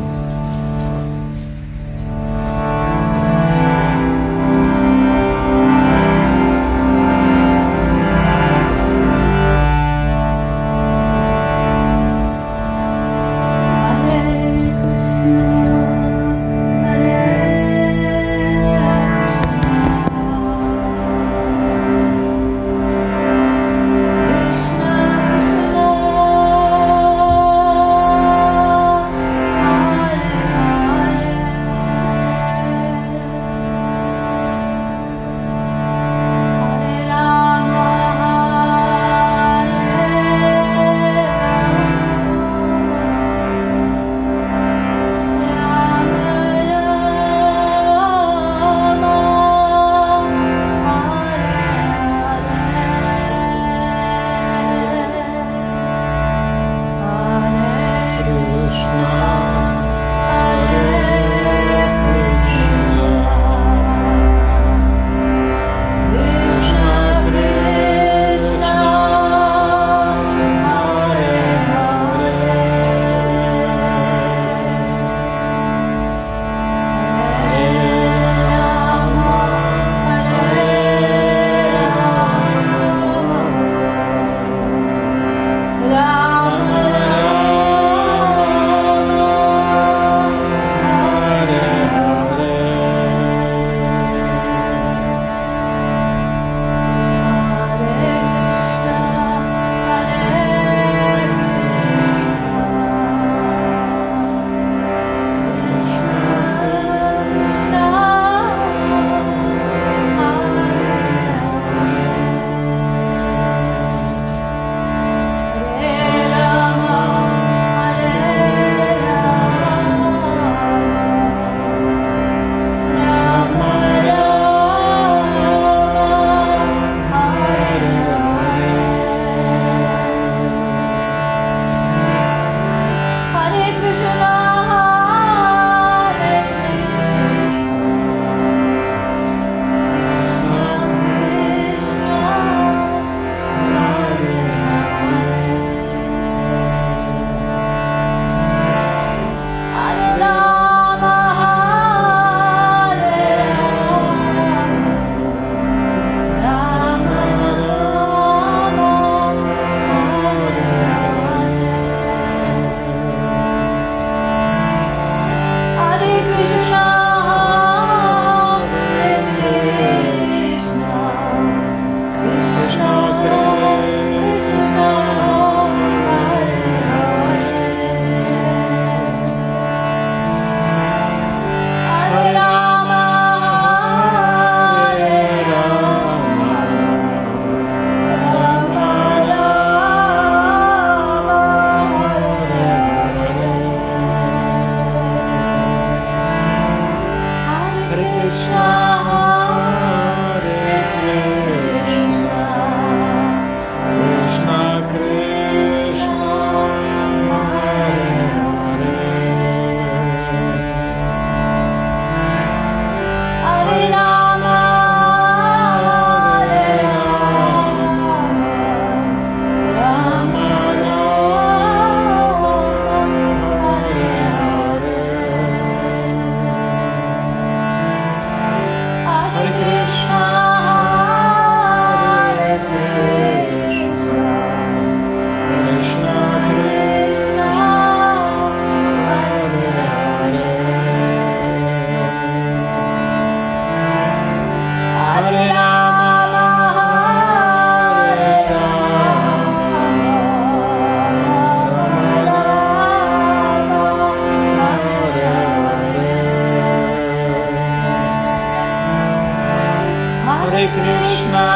Hare Krishna,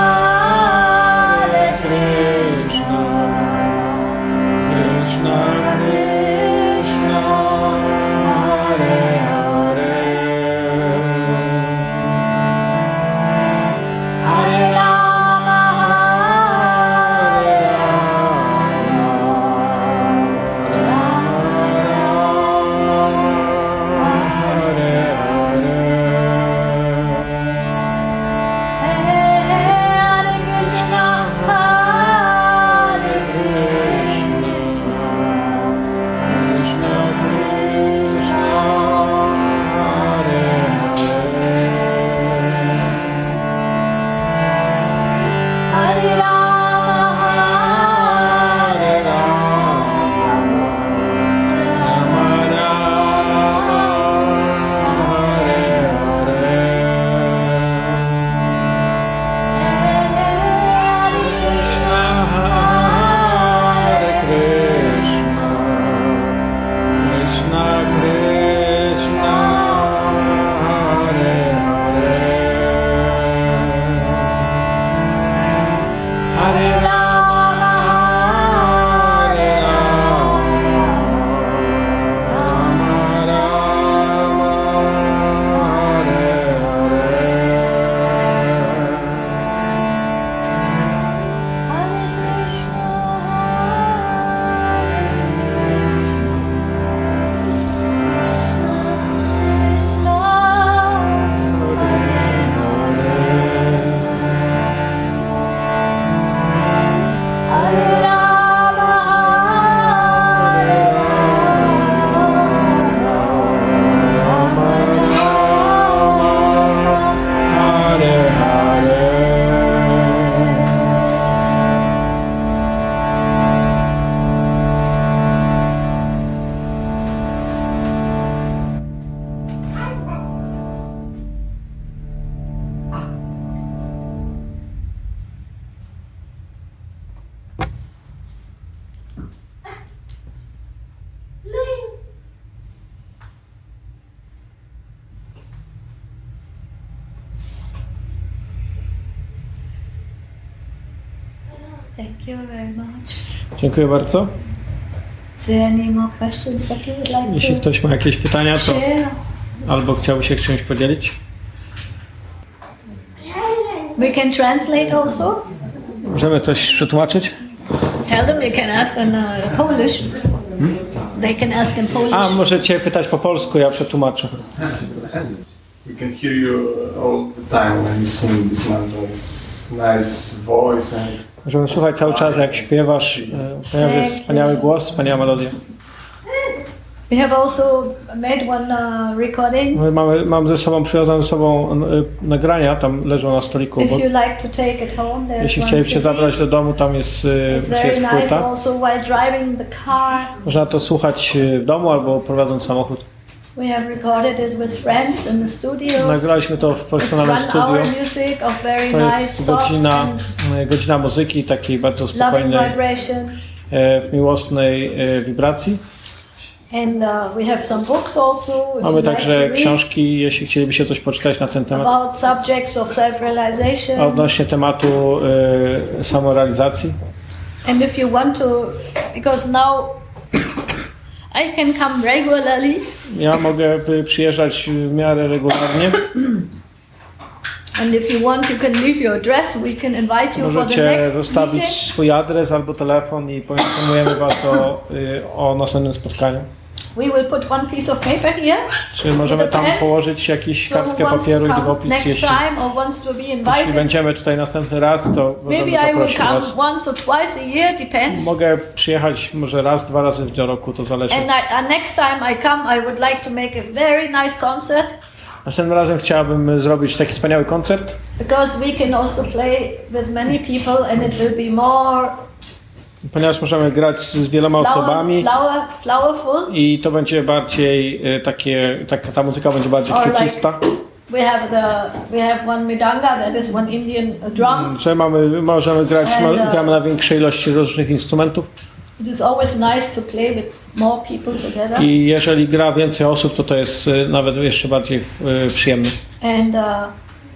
Hare Krishna, Krishna Krishna, Hare Hare, Hare Rama, Hare Rama, Rama Rama, Hare Hare. Hare Krishna, Hare Krishna, Krishna Krishna, Hare Hare, Hare Rama, Hare Rama, Rama Rama, Hare Hare. Krishna, Hare Krishna, Krishna Krishna, Hare Hare, Hare Rama, Hare Rama, Rama Rama, Hare Hare. Thank you very much. Dziękuję bardzo. Is there any more questions that you would like Jeśli to ktoś ma jakieś pytania, to share? albo chciałby się czymś podzielić. We can translate also. Możemy coś przetłumaczyć? Tell them you can ask in uh, Polish. They can ask in Polish. A, możecie pytać po polsku, ja przetłumaczę. We can hear you all the time when you sing this mantra. It's nice voice and Możemy słuchać cały czas, jak śpiewasz, e, ponieważ jest wspaniały głos, wspaniała melodia. We have also made one uh, recording. My mamy, mam ze sobą, przywiązane ze sobą e, nagrania, tam leżą na stoliku. If Bo you like to take it home, there's jeśli one chcielibyście C D. zabrać do domu, tam jest, e, It's very jest nice płyta. also while driving the car. Można to słuchać e, w domu albo prowadząc samochód. We have recorded it with friends in the studio. Nagraliśmy to w It's profesjonalnym one studiu. hour music of very To nice, jest soft godzina, and e, godzina muzyki takiej bardzo loving spokojnej, vibration. e, w miłosnej e, wibracji. And uh, we have some books also. If Mamy you'd like także to read książki, jeśli chcielibyście coś poczytać na ten temat. about subjects of self-realization. Odnośnie tematu y, samorealizacji. And if you want to, because now I can come regularly. Ja mogę y, przyjeżdżać w miarę regularnie. And if you want, you can leave your address. We can invite you for the Możecie next zostawić meeting. swój adres albo telefon i poinformujemy Was o, y, o następnym spotkaniu. We will put one piece of paper here. Czy możemy tam położyć jakąś So who kartkę wants to papieru i come długopis, next jeśli, time or wants to be jeśli invited? będziemy tutaj następny raz, to Maybe możemy I will zaprosić come Was. once or twice a year, depends. Mogę przyjechać może raz, dwa razy do roku, to zależy. And I, uh, next time I come, I would like to make a very nice concert Następnym razem chciałabym zrobić taki wspaniały koncert, because we can also play with many people and it will be more ponieważ możemy grać z wieloma flower, osobami flower, flowerful. i to będzie bardziej y, takie, tak, ta muzyka będzie bardziej Or like- kwiecista. We have the we have one midanga, that is one Indian uh, drum. Że mamy, możemy grać, And, uh, ma, gramy na większej ilości różnych instrumentów It is always nice to play with more people together. i jeżeli gra więcej osób, to to jest y, nawet jeszcze bardziej y, przyjemne. And uh,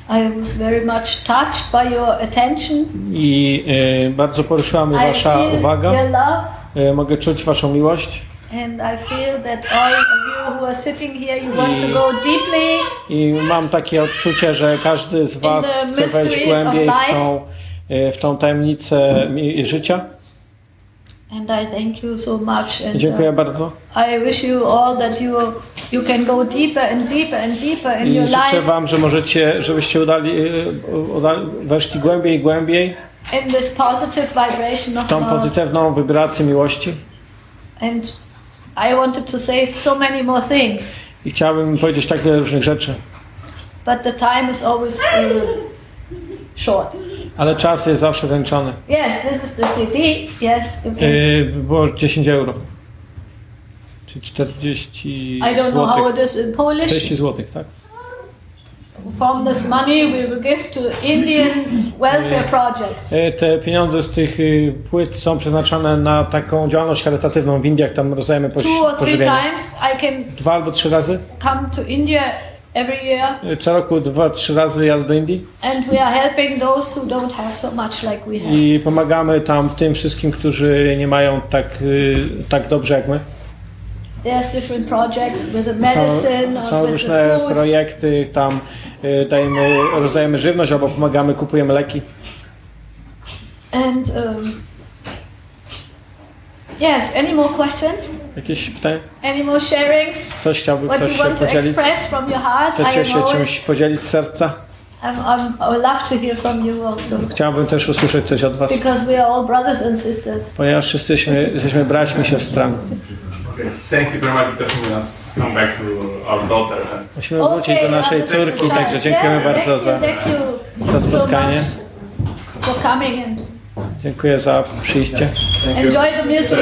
I was very much touched by your attention. I y, bardzo poruszyła mnie wasza I feel uwaga. your love. Y, mogę czuć waszą miłość. And I feel that all of you who are sitting here, you want to go deeply. I mam takie odczucie, że każdy z was chce wejść głębiej w tą, y, w tą tajemnicę mi- życia. And I thank you so much. And, Dziękuję uh, bardzo. I wish you all that you you can go deeper and deeper and deeper in I your życzę life. wam, że możecie, żebyście udali, y, udali, weszli głębiej i głębiej In this positive vibration of w tą love. pozytywną wibrację miłości. And I wanted to say so many more things, I chciałbym powiedzieć tak wiele różnych rzeczy, but the time is always uh, short. ale czas jest zawsze ograniczony. Yes, this is the C D. Yes. You can. Yy, było dziesięć euro. Czyli czterdzieści I don't know how it złotych. is in Polish. czterdzieści złotych, tak? From this money we will give to Indian welfare projects. Yy, te pieniądze z tych yy, płyt są przeznaczone na taką działalność charytatywną w Indiach, tam rozdajemy poś- Two or three pożywienie. times I can Dwa albo trzy razy. come to India every year, Yy, Co roku dwa, trzy razy jadę do Indii and we are helping those who don't have so much like we have. i pomagamy tam tym wszystkim, którzy nie mają tak, yy, tak dobrze jak my. There's different projects with the Są, medicine są or with różne the food. projekty, tam y, dajemy, rozdajemy żywność albo pomagamy, kupujemy leki. And um, yes, any more questions? Jakieś pytania? Any more sharings? Coś chciałby What ktoś you się want to podzielić? express from your heart? Chcecie I się know czymś it's, podzielić z serca? I'm, I'm, I would love to hear from you also, Chciałbym też usłyszeć coś od was, because we are all brothers and sisters. ponieważ wszyscy jesteśmy, jesteśmy braćmi, siostrami. Okay, thank you very much because we must come back to our daughter. And Musimy wrócić do naszej that's córki, fine. także dziękujemy Yeah, bardzo thank za, you, thank you za so spotkanie. much for coming and Dziękuję za przyjście. thank you. enjoy the music.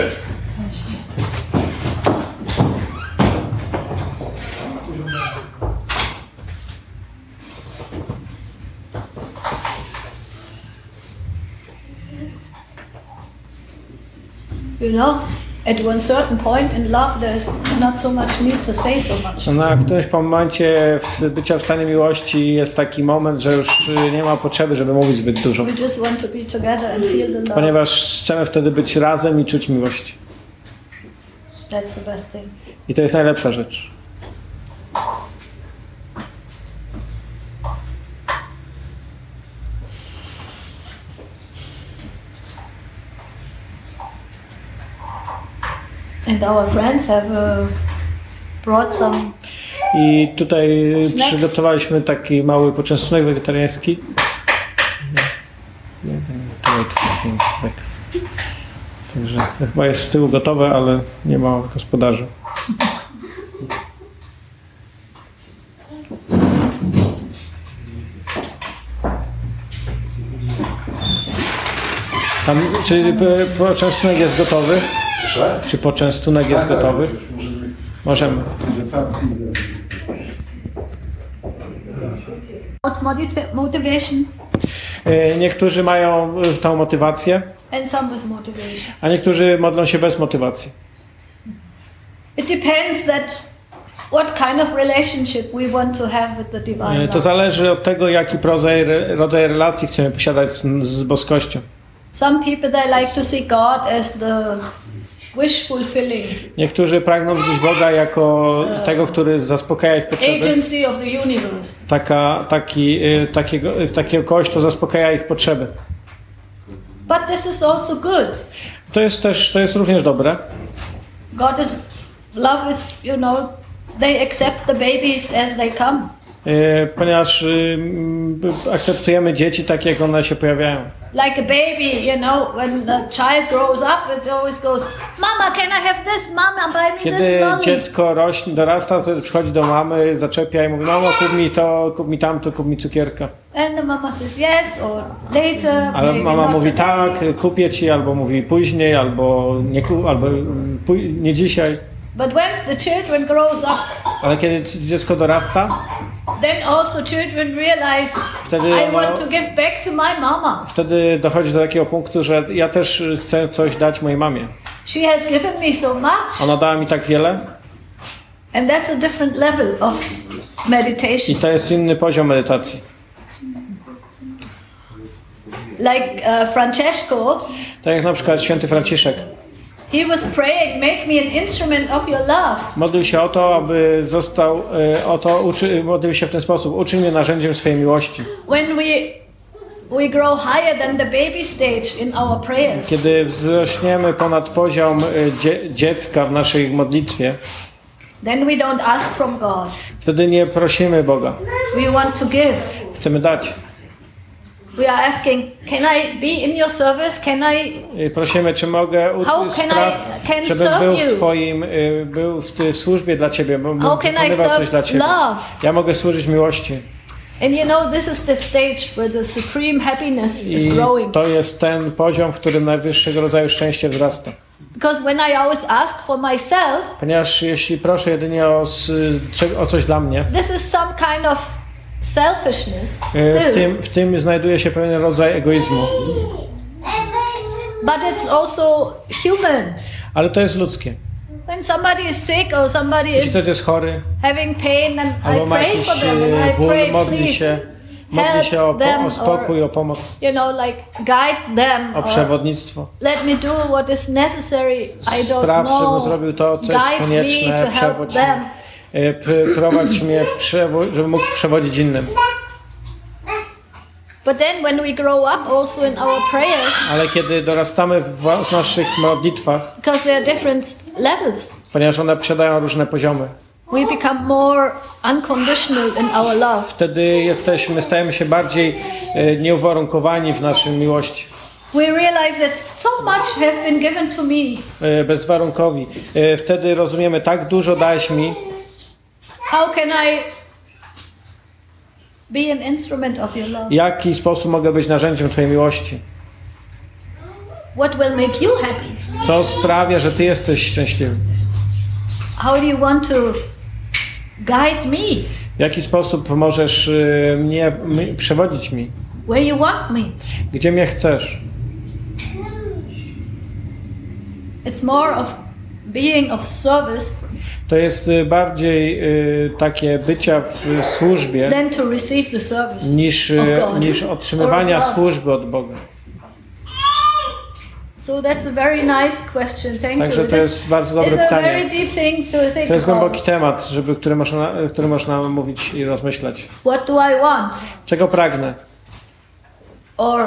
You know, at one certain point in love, there's not so much need to say so much. No, w którymś momencie w- bycia w stanie miłości jest taki moment, że już y, nie ma potrzeby, żeby mówić zbyt dużo. We just want to be together and feel the love. Ponieważ chcemy wtedy być razem i czuć miłość. That's the best thing. I to jest najlepsza rzecz. And our friends have uh, brought some. I tutaj Snacks. przygotowaliśmy taki mały poczęstunek wegetariański. Nie, to nie twój, tak. Także to chyba jest z tyłu gotowe, ale nie ma gospodarza. Tam, czy po- poczęstunek jest gotowy? Czy poczęstunek jest gotowy? Możemy. What motiva- motivation E, Niektórzy mają e, tą motywację, and some with motivation. a niektórzy modlą się bez motywacji. It depends that what kind of relationship we want to have with the divine E, To love. zależy od tego, jaki rodzaj, rodzaj relacji chcemy posiadać z, z boskością. Some people they like to see God as the wish fulfilling Niektórzy pragną widzieć Boga jako tego, który zaspokaja ich potrzeby. agency of the universe. Taka, taki, e, takiego, e, takiego kogoś, kto zaspokaja ich potrzeby. But this is also good. To jest też, to jest również dobre. God is love is, you know, they accept the babies as they come. E, Ponieważ e, m, akceptujemy dzieci tak, jak one się pojawiają. Like a baby, you know, when a child grows up, it always goes, Mama, can I have this? Mama, buy me Kiedy this lolly. dziecko rośnie, dorasta, to przychodzi do mamy, zaczepia i mówi: mamo, kup mi to, kup mi tamto, kup mi cukierka. And the mama says yes, or later, Ale maybe mama not mówi: today. tak, kupię ci, albo mówi później, albo nie, ku- albo mm, pój- nie dzisiaj. But once the children grows up, Ale kiedy dziecko dorasta, then also children realize, Wtedy I ono- want to give back to my mama. wtedy dochodzi do takiego punktu, że ja też chcę coś dać mojej mamie. She has given me so much. Ona dała mi tak wiele And that's a different level of i meditation. to jest inny poziom medytacji. like uh, Francesco, Tak jak na przykład święty Franciszek. he was praying, make me an instrument of your love. Modlił się o to, aby został, e, o to, uczy, modlił się w ten sposób, uczyń mnie narzędziem swojej miłości. When we we grow higher than the baby stage in our prayers, Kiedy wzrośniemy ponad poziom e, dzie, dziecka w naszej modlitwie, then we don't ask from God. wtedy nie prosimy Boga. We want to give. Chcemy dać. We are asking, can I be in your service? Can I? I prosimy, czy mogę How uczyć can spraw, I- can żebym serve był w you? Twoim, y, był w ty, służbie dla Ciebie, bo How can I wykonywał coś serve dla Ciebie. love? Ja mogę służyć miłości. And you know, this is the stage where the supreme happiness is I growing. to jest ten poziom, w którym najwyższego rodzaju szczęście wzrasta. Because when I always ask for myself, Ponieważ jeśli proszę jedynie o, s- cze- o coś dla mnie, this is some kind of selfishness y, w still. tym, w tym znajduje się pewien rodzaj egoizmu. But it's also human. Ale to jest ludzkie. When somebody is sick or somebody Jeśli is ktoś jest chory, having pain, and albo I ma pray jakiś for them y, and I ból, pray, modli się, please modli się o, help po, them o spokój, or, o pomoc, you know, like guide them o or przewodnictwo. let me do what is necessary. I don't Spraw, żebym know. zrobił to, co jest Guide me konieczne, to help przewodź them. mnie, y, pr- prowadź mnie, przewo- żebym mógł przewodzić innym. But then when we grow up also in our prayers, Ale kiedy dorastamy w wa- w naszych modlitwach, because there are different levels, ponieważ one posiadają różne poziomy, we become more unconditional in our love. wtedy jesteśmy, stajemy się bardziej e, nieuwarunkowani w naszej miłości, We realize that so much has been given to me. e, bezwarunkowi. E, Wtedy rozumiemy, tak dużo dałeś mi, How can I be an instrument of your love? w jaki sposób mogę być narzędziem Twojej miłości. What will make you happy? Co sprawia, że Ty jesteś szczęśliwy. How do you want to guide me? W jaki sposób możesz e, mnie, m- przewodzić mi. Where you want me? Gdzie mnie chcesz. It's more of being of service To jest e, bardziej e, takie bycia w służbie, than to receive the service niż, of e, God. niż or otrzymywania of love. służby od Boga. So that's a very nice question. Thank Także you. to jest bardzo dobre it's a pytanie. very deep thing to think To jest głęboki about. temat, żeby, który, można, który można mówić i rozmyślać. What do I want? Czego pragnę? Or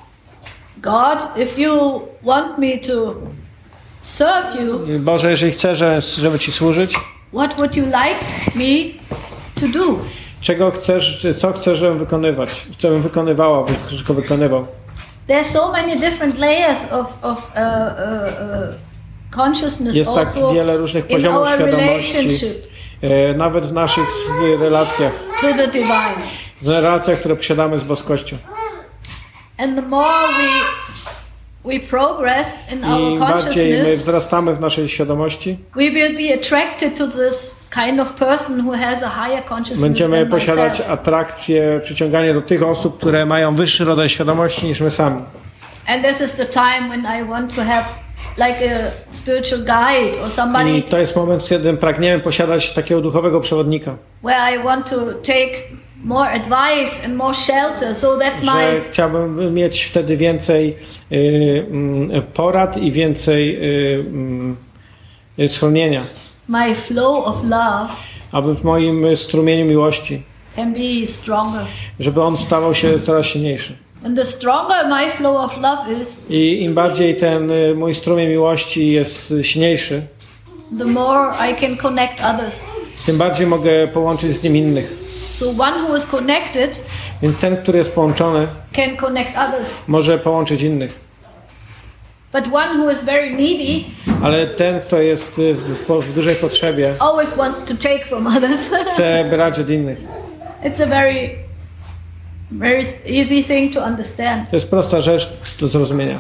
God, if you want me to serve you, Boże, jeżeli chcę, że- żeby Ci służyć, what would you like me to do? czego chcesz, czy co chcesz, żebym wykonywać? Żebym wykonywała, wy- że go wykonywał. There's so many different layers of, of uh, uh, uh, consciousness Jest tak also wiele różnych in poziomów our świadomości, relationship e, nawet w naszych e, relacjach, to the divine. w relacjach, które posiadamy z boskością. And the more we we progress in I our bardziej my consciousness, wzrastamy w naszej świadomości, we will be attracted to this kind of person who has a higher consciousness będziemy than posiadać myself. atrakcję, przyciąganie do tych osób, które mają wyższy rodzaj świadomości niż my sami. And this is the time when I want to have like a spiritual guide or somebody I to jest moment, kiedy pragniemy posiadać takiego duchowego przewodnika, where I want to take more advice and more shelter so that że my chciałbym mieć wtedy więcej y, mm, porad i więcej y, mm, y, schronienia, my flow of love aby w moim strumieniu miłości, can be stronger. żeby on stawał się coraz silniejszy. And the stronger my flow of love is, I im bardziej ten y, mój strumień miłości jest silniejszy, the more I can connect others. tym bardziej mogę połączyć z nim innych. So one who is connected Więc ten, który jest połączony, can connect others. może połączyć innych. But one who is very needy Ale ten, kto jest y, w, w, w dużej potrzebie, always wants to take from others. chce brać od innych. It's a very, very easy thing to understand. To jest prosta rzecz do zrozumienia.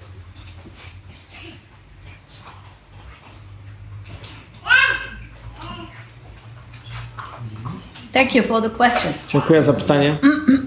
Thank you for the question. Dziękuję za pytanie.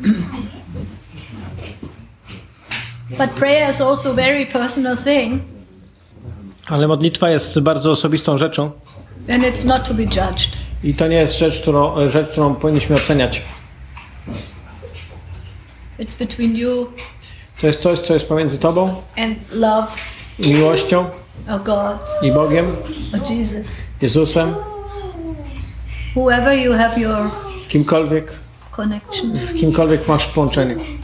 But prayer is also a very personal thing, Ale modlitwa jest bardzo osobistą rzeczą and it's not to be judged. i to nie jest rzecz, którą, rzecz, którą powinniśmy oceniać. It's between you To jest coś, co jest pomiędzy tobą and love. i miłością Oh God. i Bogiem, Oh Jesus. Jezusem, Whoever you have your kimkolwiek, connection. z kimkolwiek masz połączenie.